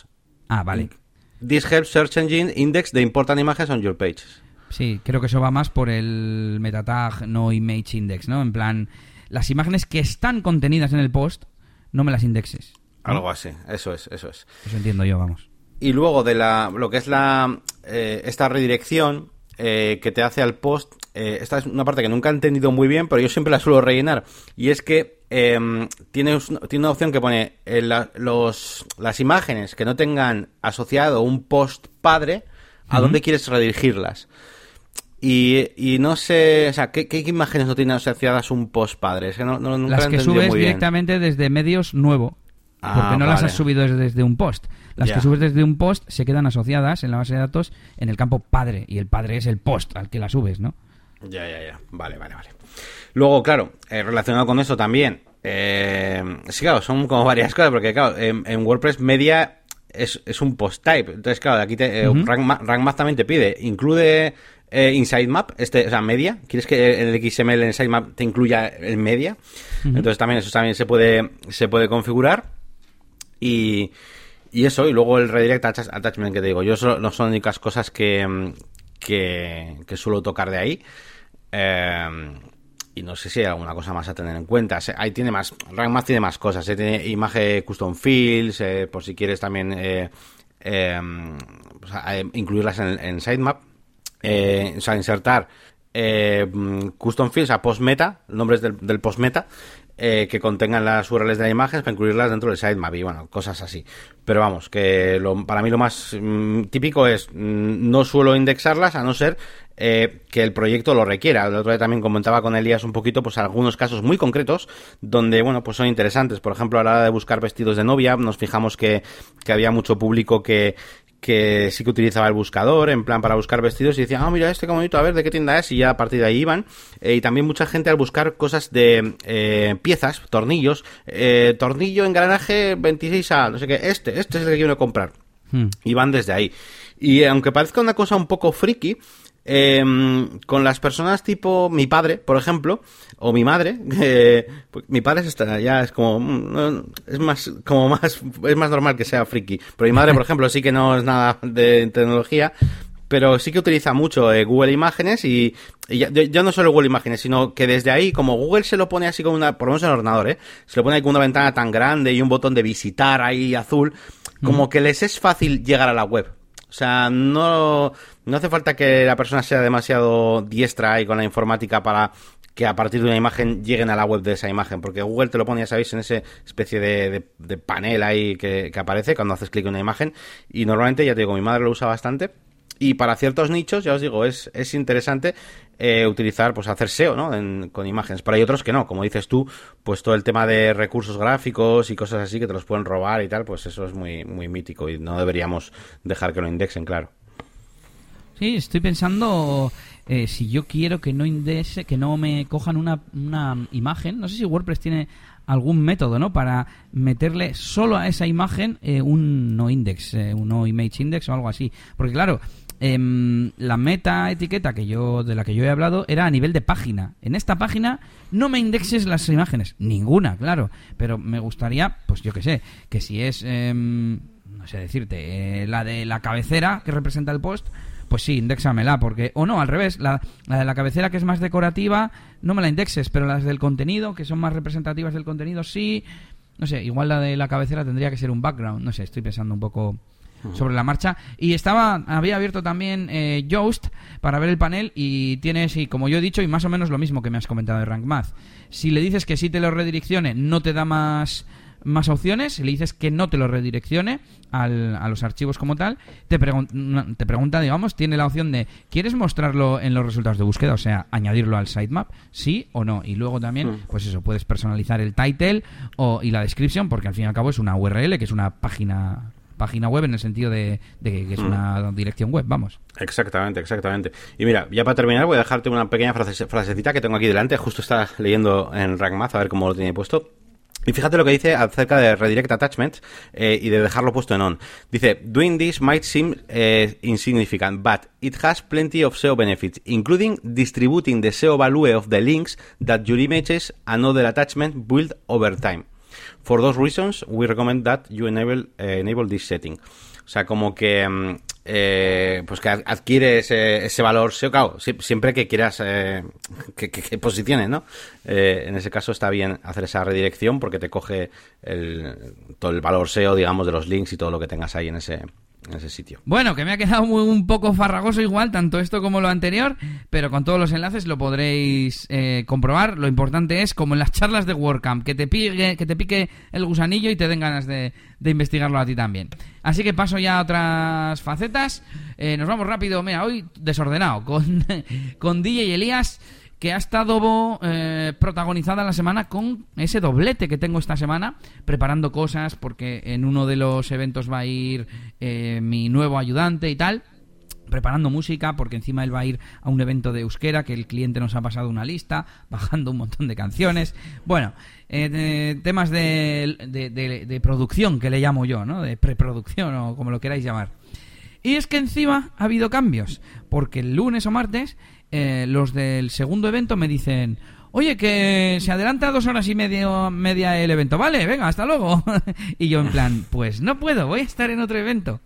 Ah, vale. This helps search engine index the important images on your pages. Sí, creo que eso va más por el meta tag no image index, ¿no? En plan, las imágenes que están contenidas en el post, no me las indexes, ¿no? Algo así, eso es, eso es. Eso entiendo yo, vamos. Y luego de la lo que es la eh, esta redirección eh, que te hace al post, eh, esta es una parte que nunca he entendido muy bien, pero yo siempre la suelo rellenar, y es que eh, tiene, tiene una opción que pone eh, la, los, las imágenes que no tengan asociado un post padre, a uh-huh. dónde quieres redirigirlas. Y, y no sé, o sea, ¿qué, qué imágenes no tienen asociadas un post padre? Es que no, no, nunca las que subes directamente desde medios nuevo, ah, porque no vale. las has subido desde, desde un post. Las yeah. que subes desde un post se quedan asociadas en la base de datos en el campo padre, y el padre es el post al que la subes, ¿no? Ya, ya, ya. Vale, vale, vale. Luego, claro, eh, relacionado con eso también, eh, sí, claro, son como varias cosas, porque claro, en, en WordPress media es, es un post type. Entonces, claro, aquí te, eh, uh-huh. Rank, Rank Math también te pide, incluye eh, inside map, este, o sea, media. ¿Quieres que el X M L en inside map te incluya el media? Uh-huh. Entonces también eso también se puede, se puede configurar. Y, y eso, y luego el redirect attachment que te digo, yo eso no son las únicas cosas que, que, que suelo tocar de ahí. Eh, y no sé si hay alguna cosa más a tener en cuenta. Ahí tiene más, Rank Math tiene más cosas, ¿eh? Tiene imagen custom fields, eh, por si quieres también eh, eh, pues, eh, incluirlas en, en sitemap, eh, o sea, insertar eh, custom fields a postmeta, nombres del, del postmeta, eh, que contengan las U R Ls de las imágenes para incluirlas dentro del sitemap y bueno, cosas así. Pero vamos, que lo, para mí lo más mmm, típico es mmm, no suelo indexarlas a no ser eh, que el proyecto lo requiera. El otro día también comentaba con Elías un poquito, pues algunos casos muy concretos donde, bueno, pues son interesantes. Por ejemplo, a la hora de buscar vestidos de novia, nos fijamos que, que había mucho público que que sí que utilizaba el buscador en plan para buscar vestidos y decían, ah, oh, mira este qué bonito, a ver de qué tienda es, y ya a partir de ahí iban. Eh, y también mucha gente al buscar cosas de eh, piezas, tornillos, eh, tornillo, engranaje veintiséis A, no sé qué, este, este es el que quiero comprar. Hmm. Y van desde ahí. Y aunque parezca una cosa un poco friki, Eh, con las personas tipo mi padre, por ejemplo, o mi madre, eh, pues mi padre está, ya es como no, es más como más es más normal que sea friki, pero mi madre, por ejemplo, sí que no es nada de tecnología, pero sí que utiliza mucho eh, Google Imágenes y, y ya, ya no solo Google Imágenes, sino que desde ahí, como Google se lo pone así como una, por lo menos en el ordenador, eh, se lo pone ahí con una ventana tan grande y un botón de visitar ahí azul, como mm. que les es fácil llegar a la web. O sea, no, no hace falta que la persona sea demasiado diestra ahí con la informática para que a partir de una imagen lleguen a la web de esa imagen, porque Google te lo pone, ya sabéis, en esa especie de, de, de panel ahí que, que aparece cuando haces clic en una imagen, y normalmente, ya te digo, mi madre lo usa bastante, y para ciertos nichos, ya os digo, es, es interesante eh, utilizar, pues hacer S E O, ¿no? En, con imágenes, pero hay otros que no, como dices tú, pues todo el tema de recursos gráficos y cosas así que te los pueden robar y tal, pues eso es muy, muy mítico y no deberíamos dejar que lo indexen, claro. Sí, estoy pensando eh, si yo quiero que no indexe, que no me cojan una, una imagen, no sé si WordPress tiene algún método, ¿no? Para meterle solo a esa imagen eh, un no index, eh, un no image index o algo así, porque claro, Eh, la meta etiqueta que yo de la que yo he hablado era a nivel de página. En esta página no me indexes las imágenes, ninguna, claro, pero me gustaría, pues yo que sé, que si es eh, no sé decirte, eh, la de la cabecera que representa el post, pues sí, indéxamela, porque o no, al revés, la, la de la cabecera que es más decorativa no me la indexes, pero las del contenido que son más representativas del contenido sí, no sé, igual la de la cabecera tendría que ser un background, no sé, estoy pensando un poco sobre la marcha. Y estaba había abierto también eh, Yoast para ver el panel y tiene, sí, como yo he dicho, y más o menos lo mismo que me has comentado de Rank Math. Si le dices que sí te lo redireccione, no te da más más opciones. Si le dices que no te lo redireccione al, a los archivos como tal, te, pregun- te pregunta, digamos, tiene la opción de ¿quieres mostrarlo en los resultados de búsqueda? O sea, añadirlo al sitemap, sí o no. Y luego también, mm. pues eso, puedes personalizar el title o, y la description, porque al fin y al cabo es una U R L, que es una página página web en el sentido de, de que es una dirección web, vamos. Exactamente, exactamente. Y mira, ya para terminar voy a dejarte una pequeña frase, frasecita que tengo aquí delante, justo está leyendo en Rank Math, a ver cómo lo tiene puesto. Y fíjate lo que dice acerca de redirect attachments eh, y de dejarlo puesto en on. Dice, doing this might seem eh, insignificant, but it has plenty of S E O benefits, including distributing the S E O value of the links that your images and other attachments build over time. For those reasons, we recommend that you enable, uh, enable this setting. O sea, como que... Eh, pues que adquiere ese, ese valor S E O, claro, siempre que quieras eh, que, que, que posicione, ¿no? Eh, en ese caso está bien hacer esa redirección porque te coge el, todo el valor S E O, digamos, de los links y todo lo que tengas ahí en ese... en ese sitio. Bueno, que me ha quedado muy, un poco farragoso igual, tanto esto como lo anterior, pero con todos los enlaces lo podréis eh, comprobar. Lo importante es, como en las charlas de WordCamp, que te pique, que te pique el gusanillo y te den ganas de, de investigarlo a ti también. Así que paso ya a otras facetas. Eh, nos vamos rápido, mira, hoy desordenado, con, con D J Elías, que ha estado eh, protagonizada la semana con ese doblete que tengo esta semana, preparando cosas, porque en uno de los eventos va a ir eh, mi nuevo ayudante y tal, preparando música, porque encima él va a ir a un evento de euskera, que el cliente nos ha pasado una lista, bajando un montón de canciones. Bueno, eh, de, temas de, de, de, de producción, que le llamo yo, ¿no? De preproducción, o como lo queráis llamar. Y es que encima ha habido cambios, porque el lunes o martes eh, los del segundo evento me dicen: oye, que se adelanta dos horas y media, media el evento. Vale, venga, hasta luego. Y yo en plan, pues no puedo, voy a estar en otro evento.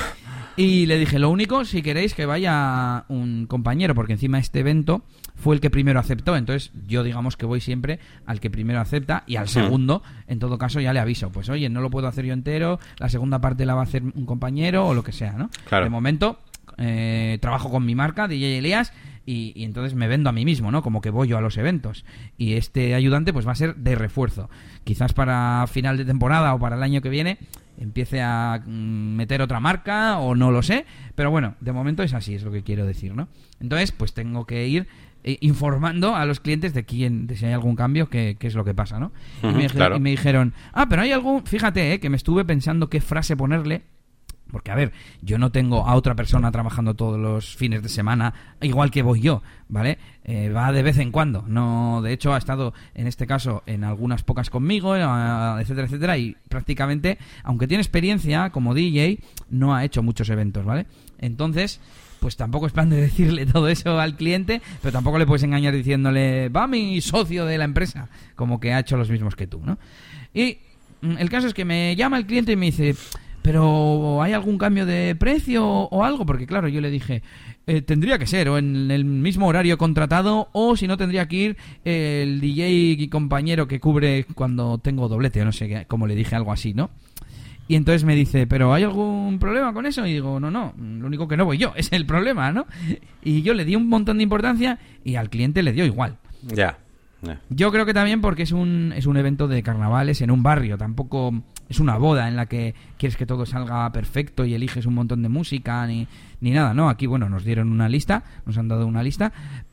Y le dije, lo único, si queréis que vaya un compañero, porque encima este evento fue el que primero aceptó. Entonces yo digamos que voy siempre al que primero acepta, y al segundo, en todo caso, ya le aviso. Pues oye, no lo puedo hacer yo entero, la segunda parte la va a hacer un compañero o lo que sea, ¿no? Claro. De momento eh, trabajo con mi marca, D J Elías, y, y entonces me vendo a mí mismo, ¿no? Como que voy yo a los eventos. Y este ayudante pues va a ser de refuerzo. Quizás para final de temporada o para el año que viene empiece a mm, meter otra marca, o no lo sé, pero bueno, de momento es así, es lo que quiero decir, ¿no? Entonces pues tengo que ir eh, informando a los clientes de quién, de si hay algún cambio, qué, qué es lo que pasa, ¿no? Uh-huh, y, me, claro. y me dijeron, ah, pero hay algún, fíjate, eh, que me estuve pensando qué frase ponerle. Porque, a ver, yo no tengo a otra persona trabajando todos los fines de semana, igual que voy yo, ¿vale? Eh, va de vez en cuando. No, de hecho, ha estado, en este caso, en algunas pocas conmigo, etcétera, etcétera, y prácticamente, aunque tiene experiencia como D J, no ha hecho muchos eventos, ¿vale? Entonces, pues tampoco es plan de decirle todo eso al cliente, pero tampoco le puedes engañar diciéndole, va mi socio de la empresa, como que ha hecho los mismos que tú, ¿no? Y el caso es que me llama el cliente y me dice... ¿pero hay algún cambio de precio o algo? Porque claro, yo le dije, eh, tendría que ser o en el mismo horario contratado, o si no tendría que ir el D J y compañero que cubre cuando tengo doblete, o no sé qué, como le dije, algo así, ¿no? Y entonces me dice, ¿pero hay algún problema con eso? Y digo, no, no, lo único que no voy yo, es el problema, ¿no? Y yo le di un montón de importancia y al cliente le dio igual. Ya. Yeah. Yeah. Yo creo que también porque es un, es un evento de carnavales en un barrio, tampoco es una boda en la que quieres que todo salga perfecto y eliges un montón de música ni, ni nada, ¿no? Aquí, bueno, nos dieron una lista, nos han dado una lista,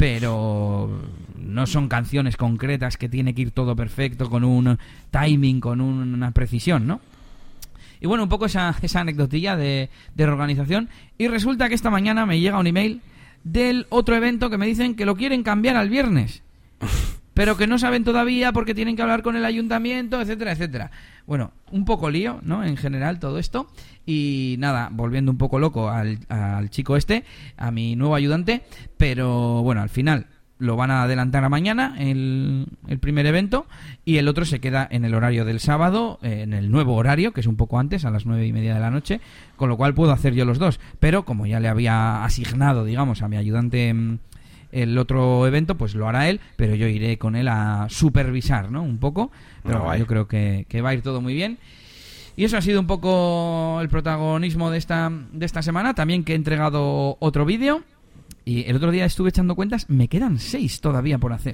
pero no son canciones concretas que tiene que ir todo perfecto, con un timing, con un, una precisión, ¿no? Y bueno, un poco esa, esa anecdotilla de, de reorganización. Y resulta que esta mañana me llega un email del otro evento que me dicen que lo quieren cambiar al viernes, pero que no saben todavía porque tienen que hablar con el ayuntamiento, etcétera, etcétera. Bueno, un poco lío, ¿no? En general todo esto. Y nada, volviendo un poco loco al, al chico este, a mi nuevo ayudante. Pero bueno, al final lo van a adelantar a mañana, el, el primer evento, y el otro se queda en el horario del sábado, eh, en el nuevo horario, que es un poco antes, a las nueve y media de la noche, con lo cual puedo hacer yo los dos. Pero como ya le había asignado, digamos, a mi ayudante el otro evento, pues lo hará él, pero yo iré con él a supervisar, ¿no? Un poco, pero no, yo creo que, que va a ir todo muy bien. Y eso ha sido un poco el protagonismo de esta, de esta semana. También que he entregado otro vídeo, y el otro día estuve echando cuentas, me quedan seis todavía por hacer.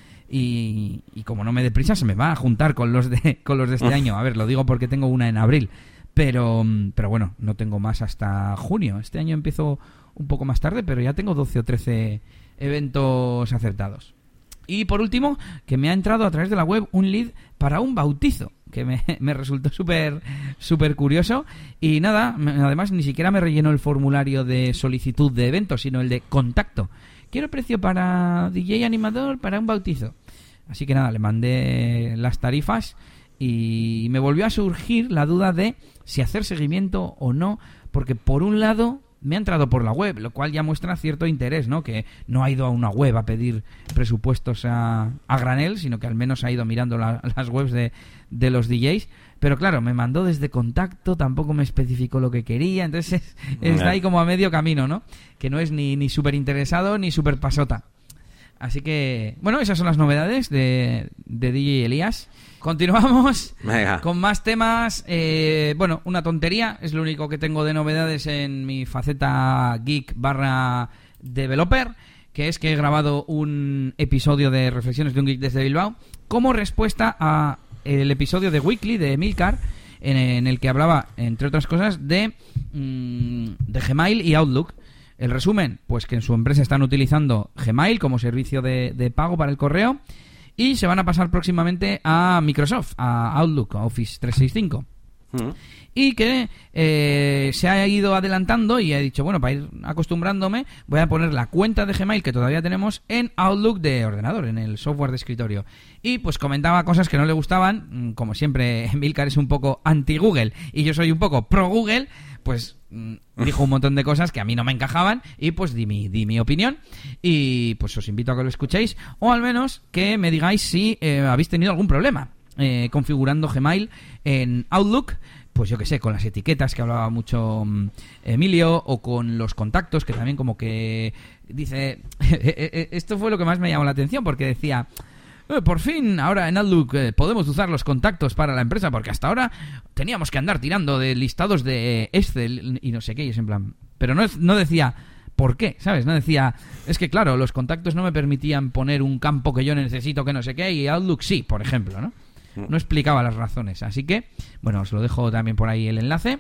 Y, y como no me dé prisa, se me va a juntar con los de, con los de este año. A ver, lo digo porque tengo una en abril, pero, pero bueno, no tengo más hasta junio. Este año empiezo un poco más tarde, pero ya tengo doce o trece eventos acertados. Y por último, que me ha entrado a través de la web un lead para un bautizo, que me, me resultó súper súper curioso. Y nada, me, además ni siquiera me rellenó el formulario de solicitud de evento, sino el de contacto. Quiero precio para D J animador para un bautizo. Así que nada, le mandé las tarifas y me volvió a surgir la duda de si hacer seguimiento o no, porque por un lado me ha entrado por la web, lo cual ya muestra cierto interés, ¿no? Que no ha ido a una web a pedir presupuestos a, a granel, sino que al menos ha ido mirando la, las webs de, de los D Js. pero claro, me mandó desde contacto, tampoco me especificó lo que quería, entonces está ahí como a medio camino, ¿no? Que no es ni, ni súper interesado ni súper pasota. Así que, bueno, esas son las novedades de, de D J Elías. Continuamos Venga. con más temas. Eh, bueno, una tontería, es lo único que tengo de novedades en mi faceta geek barra developer, que es que he grabado un episodio de Reflexiones de un Geek desde Bilbao como respuesta a el episodio de Weekly de Emilcar, en, en el que hablaba, entre otras cosas, de, mmm, de Gmail y Outlook. El resumen, pues que en su empresa están utilizando Gmail como servicio de, de pago para el correo y se van a pasar próximamente a Microsoft, a Outlook, a Office trescientos sesenta y cinco. Mm. Y que eh, se ha ido adelantando y ha dicho, bueno, para ir acostumbrándome voy a poner la cuenta de Gmail que todavía tenemos en Outlook de ordenador, en el software de escritorio. Y pues comentaba cosas que no le gustaban, como siempre Emilcar es un poco anti-Google y yo soy un poco pro-Google, pues dijo un montón de cosas que a mí no me encajaban y pues di mi, di mi opinión y pues os invito a que lo escuchéis o al menos que me digáis si eh, habéis tenido algún problema eh, configurando Gmail en Outlook, pues yo que sé, con las etiquetas que hablaba mucho um, Emilio, o con los contactos, que también como que dice... Esto fue lo que más me llamó la atención, porque decía... Eh, por fin, ahora en Outlook eh, podemos usar los contactos para la empresa, porque hasta ahora teníamos que andar tirando de listados de Excel y no sé qué, y es en plan... Pero no, no decía... ¿Por qué? ¿Sabes? No decía... Es que claro, los contactos no me permitían poner un campo que yo necesito, que no sé qué, y Outlook sí, por ejemplo, ¿no? No explicaba las razones, así que, bueno, os lo dejo también por ahí el enlace.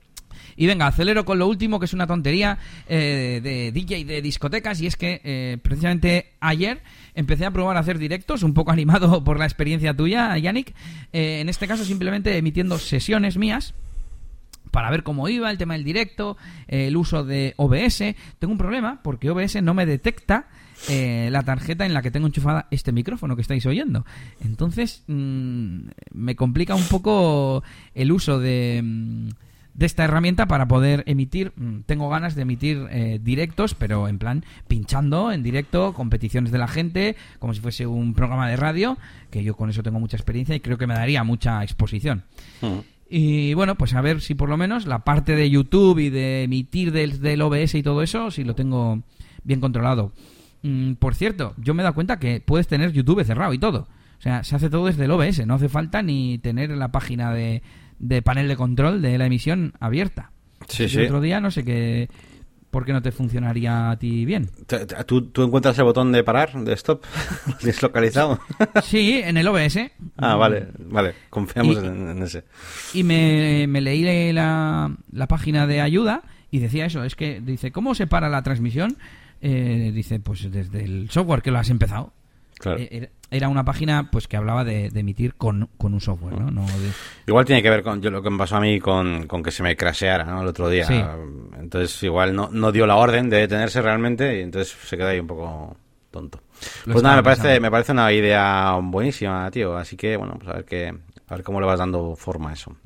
Y venga, acelero con lo último, que es una tontería eh, de D J de discotecas, y es que eh, precisamente ayer empecé a probar a hacer directos, un poco animado por la experiencia tuya, Yannick, eh, en este caso simplemente emitiendo sesiones mías, para ver cómo iba el tema del directo, eh, el uso de O B S. Tengo un problema, porque O B S no me detecta eh, la tarjeta en la que tengo enchufada este micrófono que estáis oyendo. Entonces, mmm, me complica un poco el uso de, de esta herramienta para poder emitir. Tengo ganas de emitir eh, directos, pero en plan pinchando en directo, competiciones de la gente, como si fuese un programa de radio, que yo con eso tengo mucha experiencia y creo que me daría mucha exposición. Uh-huh. Y bueno, pues a ver si por lo menos la parte de YouTube y de emitir del, del O B S y todo eso, si lo tengo bien controlado. Mm, por cierto, yo me he dado cuenta que puedes tener YouTube cerrado y todo. O sea, se hace todo desde el O B S, no hace falta ni tener la página de, de panel de control de la emisión abierta. Sí, el sí. otro día no sé qué... ¿Por qué no te funcionaría a ti bien? ¿Tú, tú encuentras el botón de parar, de stop, deslocalizado? Sí, en el O B S. Ah, vale, vale, confiamos y, en, en ese. Y me, me leí la, la página de ayuda y decía eso, es que dice, ¿cómo se para la transmisión? Eh, dice, pues desde el software que lo has empezado. Claro. Eh, era una página pues que hablaba de, de emitir con, con un software, ¿no? no de... Igual tiene que ver con yo, lo que me pasó a mí con, con que se me crasheara, ¿no? El otro día. Sí. Entonces igual no, no dio la orden de detenerse realmente y entonces se queda ahí un poco tonto. Lo pues nada, me parece, pensando. me parece una idea buenísima, tío. Así que, bueno, pues a ver qué, a ver cómo le vas dando forma a eso.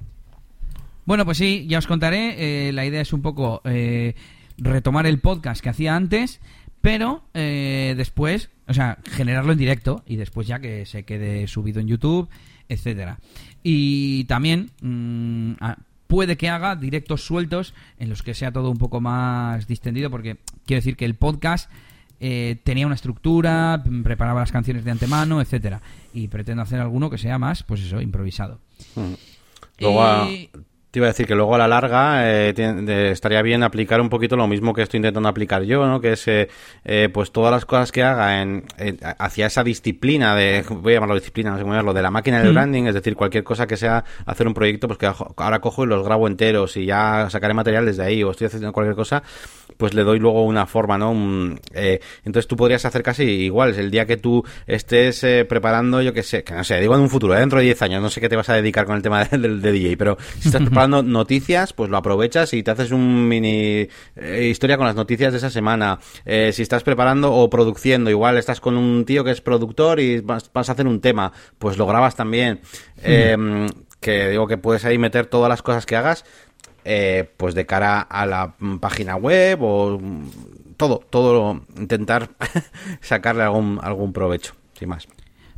Bueno, pues sí, ya os contaré. Eh, la idea es un poco eh, retomar el podcast que hacía antes, pero eh, después, o sea, generarlo en directo y después ya que se quede subido en YouTube, etcétera. Y también mmm, puede que haga directos sueltos en los que sea todo un poco más distendido, porque quiero decir que el podcast eh, tenía una estructura, preparaba las canciones de antemano, etcétera. Y pretendo hacer alguno que sea más, pues eso, improvisado. Mm. Luego a... Y... Te iba a decir que luego a la larga eh, tiene, de, estaría bien aplicar un poquito lo mismo que estoy intentando aplicar yo, ¿no? Que es eh, eh, pues todas las cosas que haga en, en hacia esa disciplina de, voy a llamarlo disciplina, no sé cómo llamarlo, de la máquina del mm. branding, es decir, cualquier cosa que sea hacer un proyecto, pues que ahora cojo y los grabo enteros y ya sacaré material desde ahí, o estoy haciendo cualquier cosa, pues le doy luego una forma, ¿no? Un, eh, entonces tú podrías hacer casi igual, el día que tú estés eh, preparando, yo qué sé, que no sé, digo en un futuro, ¿eh? Dentro de diez años, no sé qué te vas a dedicar con el tema de, de, de D J, pero si estás preparando noticias, pues lo aprovechas y te haces un mini eh, historia con las noticias de esa semana. Eh, si estás preparando o produciendo, igual estás con un tío que es productor y vas, vas a hacer un tema, pues lo grabas también. Sí. Eh, que digo que puedes ahí meter todas las cosas que hagas, eh, pues de cara a la página web o todo, todo intentar sacarle algún, algún provecho, sin más.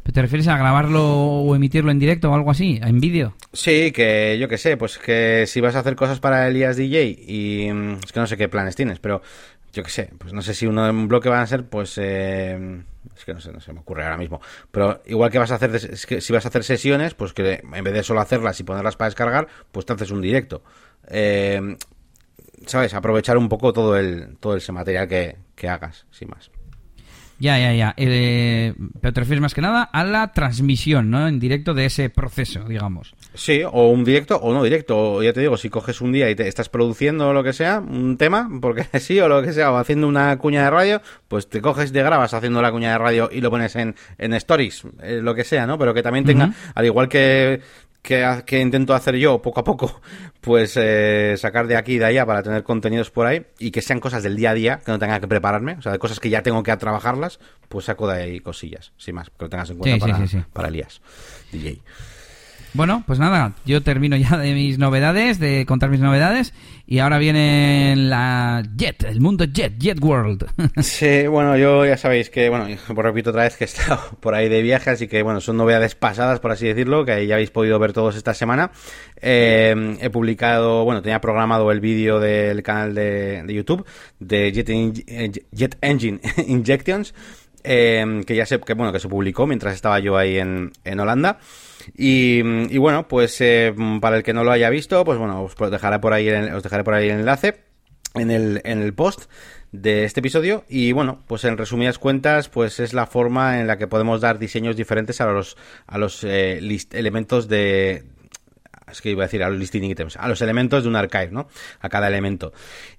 ¿Te refieres a grabarlo o emitirlo en directo o algo así, en vídeo? Sí, que yo qué sé, pues que si vas a hacer cosas para Elías D J y es que no sé qué planes tienes, pero yo qué sé, pues no sé si uno de un bloque van a ser, pues eh, es que no sé, no se me ocurre ahora mismo, pero igual que vas a hacer, es que si vas a hacer sesiones, pues que en vez de solo hacerlas y ponerlas para descargar, pues te haces un directo. Eh, ¿Sabes? Aprovechar un poco todo el todo ese material que, que hagas, sin más. Ya, ya, ya. Eh, pero te refieres más que nada a la transmisión, ¿no? En directo de ese proceso, digamos. Sí, o un directo o no directo. O ya te digo, si coges un día y te estás produciendo lo que sea, un tema, porque sí, o lo que sea, o haciendo una cuña de radio, pues te coges y te grabas haciendo la cuña de radio y lo pones en, en stories, eh, lo que sea, ¿no? Pero que también tenga, uh-huh. al igual que... Que, que intento hacer yo poco a poco, pues eh, sacar de aquí y de allá para tener contenidos por ahí y que sean cosas del día a día, que no tenga que prepararme, o sea, de cosas que ya tengo que trabajarlas, pues saco de ahí cosillas, sin más, que lo tengas en cuenta sí, para, sí, sí, sí. para Elías D J. Bueno, pues nada, yo termino ya de mis novedades, de contar mis novedades, y ahora viene la Jet, el mundo Jet, Jet World. Sí, bueno, yo ya sabéis que, bueno, pues repito otra vez que he estado por ahí de viaje, así que, bueno, son novedades pasadas, por así decirlo, que ya habéis podido ver todos esta semana. Eh, he publicado, bueno, tenía programado el vídeo del canal de, de YouTube de Jet, In- Jet Engine Injections, eh, que ya se, que, bueno, que se publicó mientras estaba yo ahí en, en Holanda. Y, y bueno, pues eh, para el que no lo haya visto, pues bueno, os dejaré por ahí el, os dejaré por ahí el enlace en el, en el post de este episodio. Y bueno, pues en resumidas cuentas, pues es la forma en la que podemos dar diseños diferentes a los, a los eh, list, elementos de... Es que iba a decir a los listing items, a los elementos de un archive, ¿no? A cada elemento.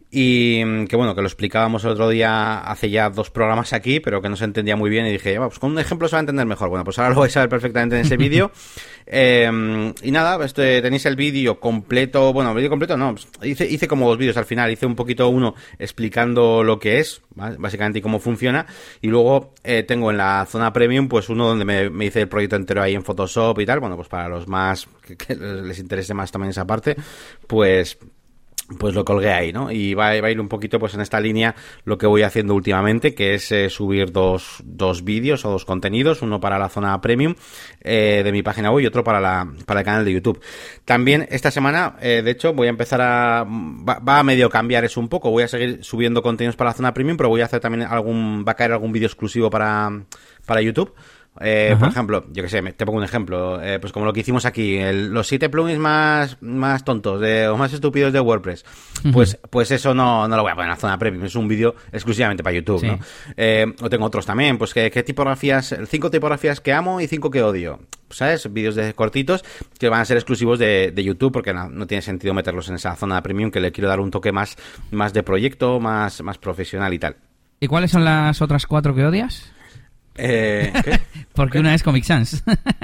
Y que bueno, que lo explicábamos el otro día hace ya dos programas aquí, pero que no se entendía muy bien y dije, pues con un ejemplo se va a entender mejor. Bueno, pues ahora lo vais a ver perfectamente en ese vídeo. eh, y nada, este, tenéis el vídeo completo, bueno, el vídeo completo no, hice, hice como dos vídeos al final, hice un poquito uno explicando lo que es, ¿vale? Básicamente y cómo funciona, y luego eh, tengo en la zona premium pues uno donde me, me hice el proyecto entero ahí en Photoshop y tal, bueno, pues para los más, que, que les interese más también esa parte, pues... pues lo colgué ahí, ¿no? Y va, va a ir un poquito pues en esta línea lo que voy haciendo últimamente, que es eh, subir dos, dos vídeos o dos contenidos, uno para la zona premium eh, de mi página web y otro para la para el canal de YouTube. También esta semana, eh, de hecho, voy a empezar a... Va, va a medio cambiar eso un poco, voy a seguir subiendo contenidos para la zona premium, pero voy a hacer también algún... va a caer algún vídeo exclusivo para, para YouTube. Eh, por ejemplo, yo que sé, te pongo un ejemplo, eh, pues como lo que hicimos aquí, el, los siete plugins más, más tontos de, o más estúpidos de WordPress, uh-huh. pues, pues eso no, no lo voy a poner en la zona premium, es un vídeo exclusivamente para YouTube, sí. ¿no? Eh, o tengo otros también, pues que, qué tipografías, cinco tipografías que amo y cinco que odio, ¿sabes? Vídeos de cortitos que van a ser exclusivos de, de YouTube, porque no, no tiene sentido meterlos en esa zona premium, que le quiero dar un toque más, más de proyecto, más, más profesional y tal. ¿Y cuáles son las otras cuatro que odias? Eh, ¿qué? Porque ¿Qué? Una es Comic Sans.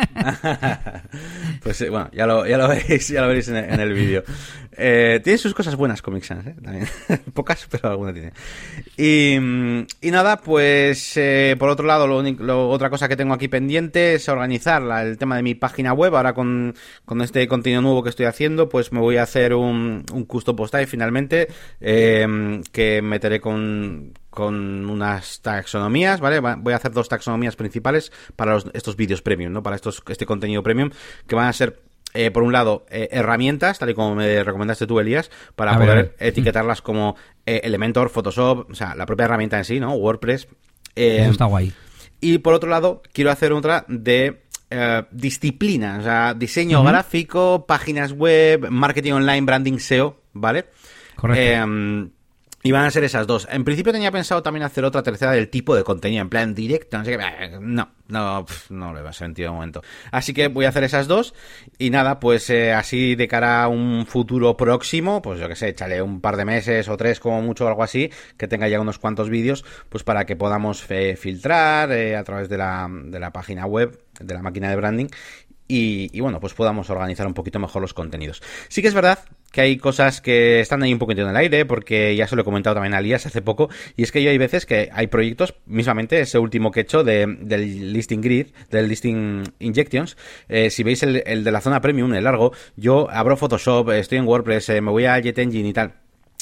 Pues eh, bueno, ya lo, ya lo veréis, ya lo veréis en el, en el vídeo. Eh, tiene sus cosas buenas Comic Sans, ¿eh? También. Pocas, pero alguna tiene. Y, y nada, pues eh, por otro lado, lo, lo, otra cosa que tengo aquí pendiente es organizar la, el tema de mi página web. Ahora con, con este contenido nuevo que estoy haciendo, pues me voy a hacer un, un custom post type finalmente, eh, que meteré con... con unas taxonomías, ¿vale? Voy a hacer dos taxonomías principales para los, estos vídeos premium, ¿no? Para estos este contenido premium, que van a ser, eh, por un lado, eh, herramientas, tal y como me recomendaste tú, Elías, para a poder ver. etiquetarlas como eh, Elementor, Photoshop, o sea, la propia herramienta en sí, ¿no? WordPress. Eh, Eso está guay. Y por otro lado, quiero hacer otra de... Uh, disciplina, o sea, diseño uh-huh. gráfico, páginas web, marketing online, branding S E O, ¿vale? Correcto. Eh, Y van a ser esas dos. En principio tenía pensado también hacer otra tercera del tipo de contenido, en plan directo, no sé qué. No, no, pff, no le va a sentido de momento. Así que voy a hacer esas dos. Y nada, pues eh, así de cara a un futuro próximo, pues yo qué sé, échale un par de meses o tres como mucho o algo así, que tenga ya unos cuantos vídeos, pues para que podamos eh, filtrar eh, a través de la, de la página web, de la máquina de branding. Y, y bueno, pues podamos organizar un poquito mejor los contenidos. Sí que es verdad que hay cosas que están ahí un poquito en el aire, porque ya se lo he comentado también a Elías hace poco, y es que yo hay veces que hay proyectos, mismamente ese último que he hecho de, del listing grid, del listing injections, eh, si veis el, el de la zona premium, el largo, yo abro Photoshop, estoy en WordPress, eh, me voy a Jet Engine y tal,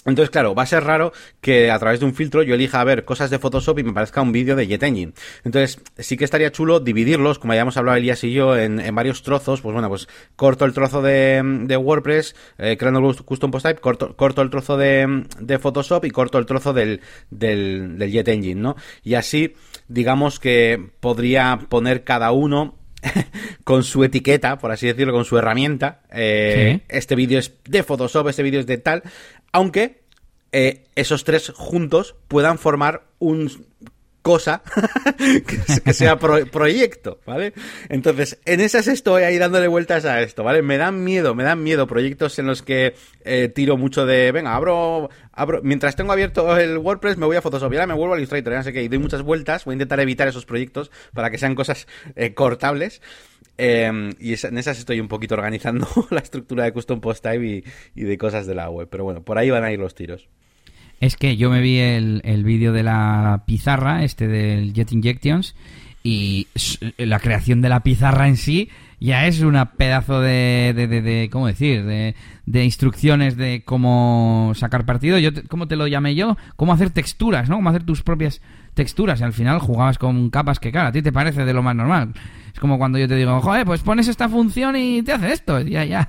Entonces, claro, va a ser raro que a través de un filtro yo elija a ver cosas de Photoshop y me parezca un vídeo de JetEngine. Entonces, sí que estaría chulo dividirlos, como hayamos hablado Elías y yo, en, en varios trozos. Pues bueno, pues corto el trozo de, de WordPress, eh, creando el custom post type, corto, corto el trozo de, de Photoshop y corto el trozo del, del, del JetEngine, ¿no? Y así, digamos que podría poner cada uno con su etiqueta, por así decirlo, con su herramienta. Eh, ¿Sí? Este vídeo es de Photoshop, este vídeo es de tal, aunque eh, esos tres juntos puedan formar un cosa que sea pro- proyecto, ¿vale? Entonces, en esas estoy ahí dándole vueltas a esto, ¿vale? Me dan miedo, me dan miedo proyectos en los que eh, tiro mucho de, venga, abro, abro, mientras tengo abierto el WordPress me voy a Photoshop y ahora me vuelvo a Illustrator, ya no sé qué, y doy muchas vueltas, voy a intentar evitar esos proyectos para que sean cosas eh, cortables. Eh, y esa, en esas estoy un poquito organizando la estructura de Custom Post Type y, y de cosas de la web, pero bueno, por ahí van a ir los tiros. Es que yo me vi el, el vídeo de la pizarra, este del Jet Injections, y la creación de la pizarra en sí ya es una pedazo de, de, de, de ¿cómo decir? De, de instrucciones de cómo sacar partido. Yo, te, ¿cómo te lo llamé yo? Cómo hacer texturas, ¿no? Cómo hacer tus propias texturas. Y al final jugabas con capas que, claro, a ti te parece de lo más normal. Es como cuando yo te digo, joder, pues pones esta función y te hace esto. Ya, ya.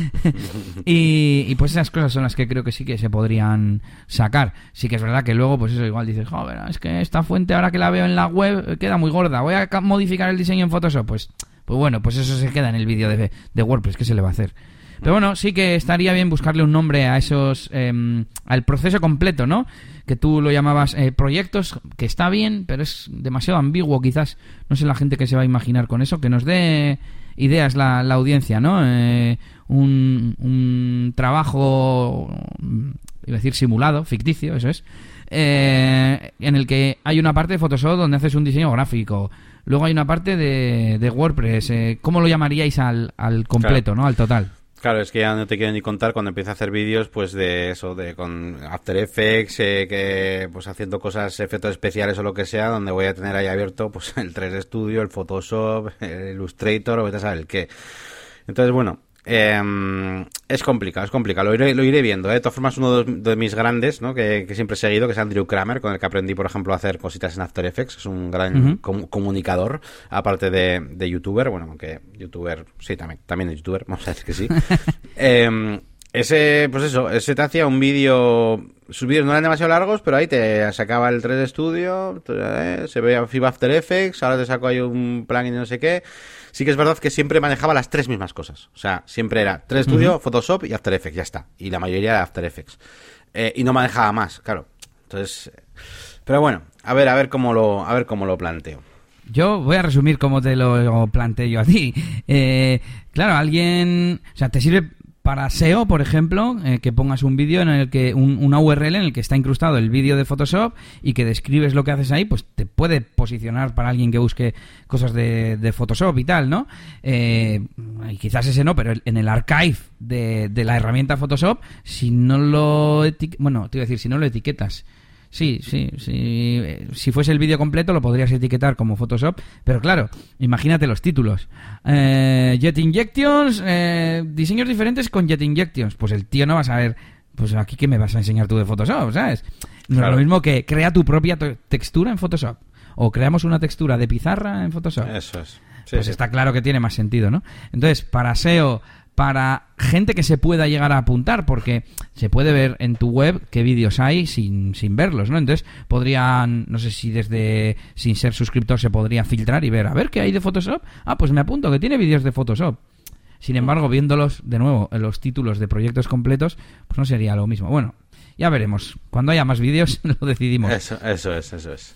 y, y pues esas cosas son las que creo que sí que se podrían sacar. Sí que es verdad que luego, pues eso, igual dices, joder, es que esta fuente ahora que la veo en la web queda muy gorda. Voy a modificar el diseño en Photoshop. Pues, pues bueno, pues eso se queda en el vídeo de, de WordPress. ¿Qué se le va a hacer? Pero bueno, sí que estaría bien buscarle un nombre a esos, eh, al proceso completo, ¿no? Que tú lo llamabas eh, proyectos, que está bien, pero es demasiado ambiguo quizás. No sé la gente que se va a imaginar con eso, que nos dé ideas la, la audiencia, ¿no? Eh, un, un trabajo, iba a decir simulado, ficticio, eso es, eh, en el que hay una parte de Photoshop donde haces un diseño gráfico. Luego hay una parte de, de WordPress. Eh, ¿Cómo lo llamaríais al, al completo, claro, ¿no? Al total. Claro, es que ya no te quiero ni contar cuando empiezo a hacer vídeos, pues de eso, de con After Effects, eh, que pues haciendo cosas, efectos especiales o lo que sea, donde voy a tener ahí abierto pues el tres D Studio, el Photoshop, el Illustrator, o vete a saber el qué. Entonces, bueno, eh, es complicado, es complicado, lo iré, lo iré viendo, ¿eh? De todas formas, uno de, de mis grandes, ¿no? Que, que siempre he seguido, que es Andrew Kramer, con el que aprendí, por ejemplo, a hacer cositas en After Effects. Es un gran uh-huh. com- comunicador, aparte de, de youtuber, bueno, aunque youtuber, sí, también, también es youtuber, vamos a decir que sí. eh, ese, pues eso, ese te hacía un vídeo, sus vídeos no eran demasiado largos, pero ahí te sacaba el tres D Studio, eh, se veía F I B After Effects, ahora te saco ahí un plugin y no sé qué. Sí que es verdad que siempre manejaba las tres mismas cosas. O sea, siempre era tres D Studio, uh-huh. Photoshop y After Effects, ya está. Y la mayoría era After Effects. Eh, y no manejaba más, claro. Entonces, pero bueno, a ver, a ver cómo lo, a ver cómo lo planteo. Yo voy a resumir cómo te lo planteé yo a ti. Eh, claro, alguien, o sea, te sirve para S E O, por ejemplo, eh, que pongas un vídeo en el que un, una U R L en el que está incrustado el vídeo de Photoshop y que describes lo que haces ahí, pues te puede posicionar para alguien que busque cosas de, de Photoshop y tal, ¿no? Eh, y quizás ese no, pero en el archive de, de la herramienta Photoshop, si no lo eti- bueno, te iba a decir, si no lo etiquetas. Sí, sí, sí. Si fuese el vídeo completo lo podrías etiquetar como Photoshop, pero claro, imagínate los títulos. Eh, Jet Injections, eh, diseños diferentes con Jet Injections. Pues el tío no va a saber, pues aquí qué me vas a enseñar tú de Photoshop, ¿sabes? No claro. Es lo mismo que crea tu propia to- textura en Photoshop. O creamos una textura de pizarra en Photoshop. Eso es. Sí, pues sí. Está claro que tiene más sentido, ¿no? Entonces, para S E O, para gente que se pueda llegar a apuntar, porque se puede ver en tu web qué vídeos hay sin, sin verlos, ¿no? Entonces podrían, no sé si desde sin ser suscriptor se podría filtrar y ver, a ver qué hay de Photoshop. Ah, pues me apunto, que tiene vídeos de Photoshop. Sin embargo, viéndolos de nuevo en los títulos de proyectos completos, pues no sería lo mismo. Bueno, ya veremos. Cuando haya más vídeos lo decidimos. Eso, eso es, eso es.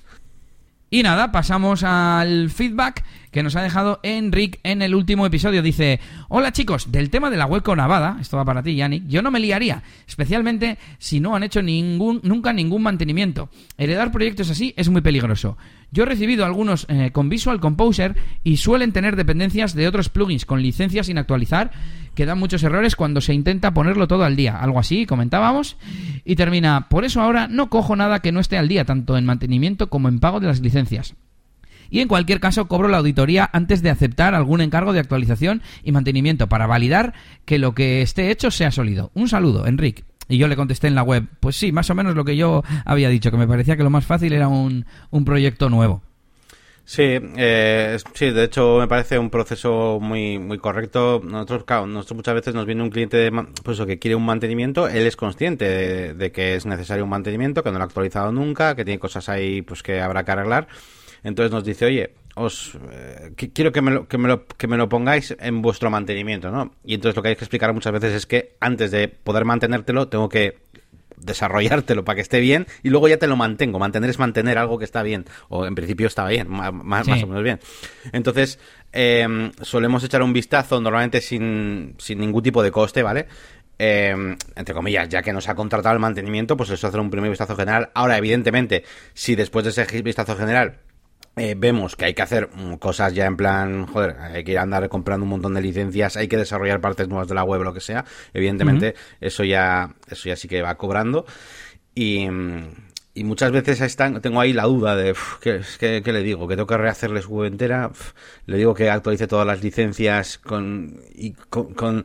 Y nada, pasamos al feedback que nos ha dejado Enric en el último episodio. Dice: hola chicos, del tema de la web con Avada, esto va para ti, Yannick, yo no me liaría, especialmente si no han hecho ningún nunca ningún mantenimiento. Heredar proyectos así es muy peligroso. Yo he recibido algunos eh, con Visual Composer y suelen tener dependencias de otros plugins con licencias sin actualizar, que dan muchos errores cuando se intenta ponerlo todo al día. Algo así, comentábamos. Y termina: por eso ahora no cojo nada que no esté al día, tanto en mantenimiento como en pago de las licencias. Y en cualquier caso cobro la auditoría antes de aceptar algún encargo de actualización y mantenimiento para validar que lo que esté hecho sea sólido. Un saludo, Enric. Y yo le contesté en la web, pues sí, más o menos lo que yo había dicho, que me parecía que lo más fácil era un, un proyecto nuevo. Sí, eh, sí, de hecho me parece un proceso muy muy correcto. Nosotros, claro, nosotros muchas veces nos viene un cliente de, pues, que quiere un mantenimiento, él es consciente de, de que es necesario un mantenimiento, que no lo ha actualizado nunca, que tiene cosas ahí pues que habrá que arreglar. Entonces nos dice, oye, os eh, que, quiero que me, lo, que, me lo, que me lo pongáis en vuestro mantenimiento, ¿no? Y entonces lo que hay que explicar muchas veces es que antes de poder mantenértelo tengo que desarrollártelo para que esté bien y luego ya te lo mantengo. Mantener es mantener algo que está bien, o en principio está bien, más, sí. más o menos bien. Entonces eh, solemos echar un vistazo normalmente sin, sin ningún tipo de coste, ¿vale? Eh, entre comillas, ya que nos ha contratado el mantenimiento, pues eso, hacer un primer vistazo general. Ahora, evidentemente, si después de ese vistazo general Eh, vemos que hay que hacer cosas ya en plan, joder, hay que ir a andar comprando un montón de licencias, hay que desarrollar partes nuevas de la web o lo que sea, evidentemente uh-huh. eso ya eso ya sí que va cobrando y, y muchas veces están, tengo ahí la duda de uf, ¿qué, qué, ¿qué le digo? ¿Que tengo que rehacerle su web entera? Uf, le digo que actualice todas las licencias con y con, con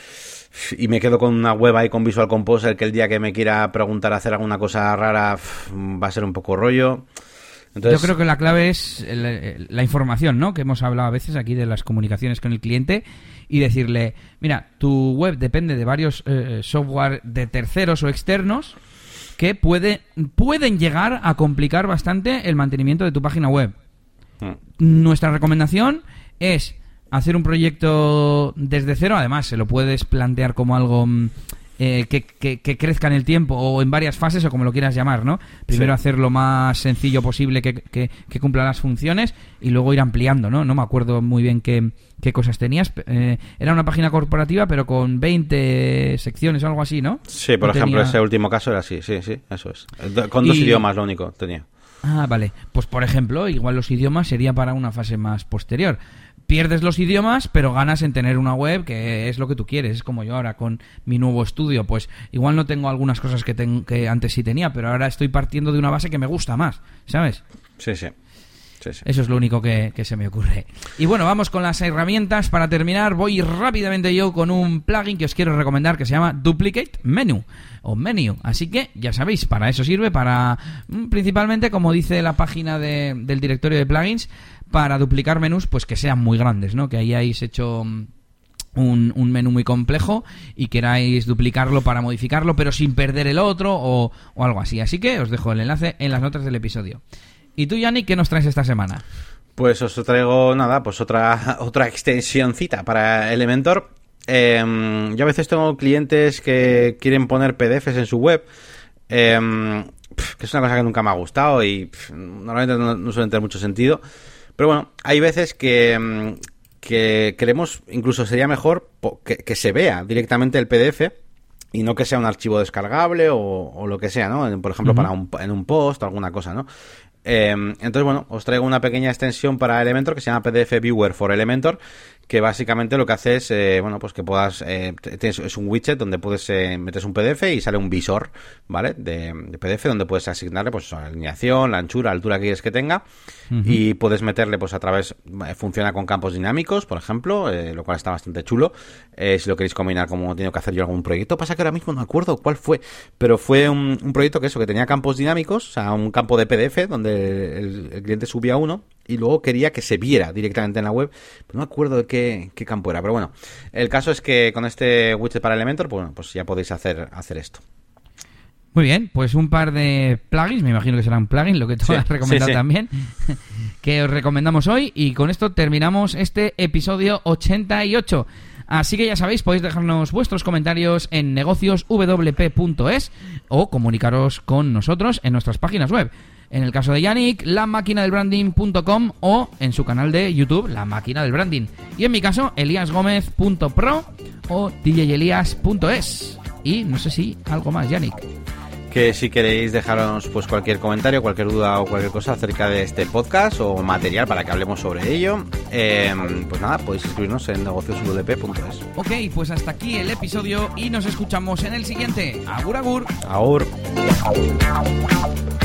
y me quedo con una web ahí con Visual Composer que el día que me quiera preguntar hacer alguna cosa rara uf, va a ser un poco rollo. Entonces, yo creo que la clave es la, la información, ¿no? Que hemos hablado a veces aquí de las comunicaciones con el cliente y decirle, mira, tu web depende de varios eh, software de terceros o externos que puede, pueden llegar a complicar bastante el mantenimiento de tu página web. Hmm. Nuestra recomendación es hacer un proyecto desde cero, además se lo puedes plantear como algo... Eh, que, que, que crezca en el tiempo o en varias fases o como lo quieras llamar, ¿no? Primero sí. hacer lo más sencillo posible que, que, que cumpla las funciones y luego ir ampliando, ¿no? No me acuerdo muy bien qué, qué cosas tenías. Eh, era una página corporativa pero con veinte secciones o algo así, ¿no? Sí, por no ejemplo, tenía... ese último caso era así, sí, sí, eso es. Con dos y... idiomas lo único tenía. Ah, vale. Pues por ejemplo, igual los idiomas sería para una fase más posterior. Pierdes los idiomas, pero ganas en tener una web que es lo que tú quieres. Es como yo ahora con mi nuevo estudio. Pues igual no tengo algunas cosas que, ten- que antes sí tenía, pero ahora estoy partiendo de una base que me gusta más, ¿sabes? Sí, sí. Sí, sí. Eso es lo único que, que se me ocurre. Y bueno, vamos con las herramientas. Para terminar, voy rápidamente yo con un plugin que os quiero recomendar que se llama Duplicate Menu o Menu. Así que ya sabéis, para eso sirve, para principalmente, como dice la página de, del directorio de plugins, para duplicar menús pues que sean muy grandes, ¿no? Que ahí hayáis hecho un, un menú muy complejo y queráis duplicarlo para modificarlo, pero sin perder el otro o, o algo así. Así que os dejo el enlace en las notas del episodio. ¿Y tú, Yannick, qué nos traes esta semana? Pues os traigo, nada, pues otra otra extensioncita para Elementor. Eh, yo a veces tengo clientes que quieren poner P D Fs en su web, eh, que es una cosa que nunca me ha gustado y pff, normalmente no, no suele tener mucho sentido. Pero bueno, hay veces que, que queremos, incluso sería mejor que, que se vea directamente el P D F y no que sea un archivo descargable o, o lo que sea, ¿no? Por ejemplo, uh-huh. para un, en un post o alguna cosa, ¿no? Eh, entonces, bueno, os traigo una pequeña extensión para Elementor que se llama P D F Viewer for Elementor, que básicamente lo que hace es, eh, bueno, pues que puedas, eh, tienes, es un widget donde puedes, eh, metes un P D F y sale un visor, ¿vale? De, de P D F donde puedes asignarle, pues, la alineación, la anchura, la altura que quieres que tenga, uh-huh. y puedes meterle, pues, a través, eh, funciona con campos dinámicos, por ejemplo, eh, lo cual está bastante chulo, eh, si lo queréis combinar como he tenido que hacer yo algún proyecto. Pasa que ahora mismo no me acuerdo cuál fue, pero fue un, un proyecto que eso, que tenía campos dinámicos, o sea, un campo de P D F donde el, el cliente subía uno y luego quería que se viera directamente en la web, pero no me acuerdo de qué, qué campo era, pero bueno, el caso es que con este widget para Elementor, pues, bueno, pues ya podéis hacer, hacer esto. Muy bien, pues un par de plugins, me imagino que serán plugins, lo que tú sí, has recomendado sí, sí. también, que os recomendamos hoy, y con esto terminamos este episodio ochenta y ocho. Así que ya sabéis, podéis dejarnos vuestros comentarios en negocios w p punto es o comunicaros con nosotros en nuestras páginas web. En el caso de Yannick, la máquina del branding punto com o en su canal de YouTube, La Máquina del Branding. Y en mi caso, elias gómez punto pro o d j elias punto es. Y no sé si algo más, Yannick. Que si queréis dejarnos pues cualquier comentario, cualquier duda o cualquier cosa acerca de este podcast o material para que hablemos sobre ello, eh, pues nada, podéis escribirnos en negocios w p punto es. Ok, pues hasta aquí el episodio y nos escuchamos en el siguiente. Agur, agur. Agur.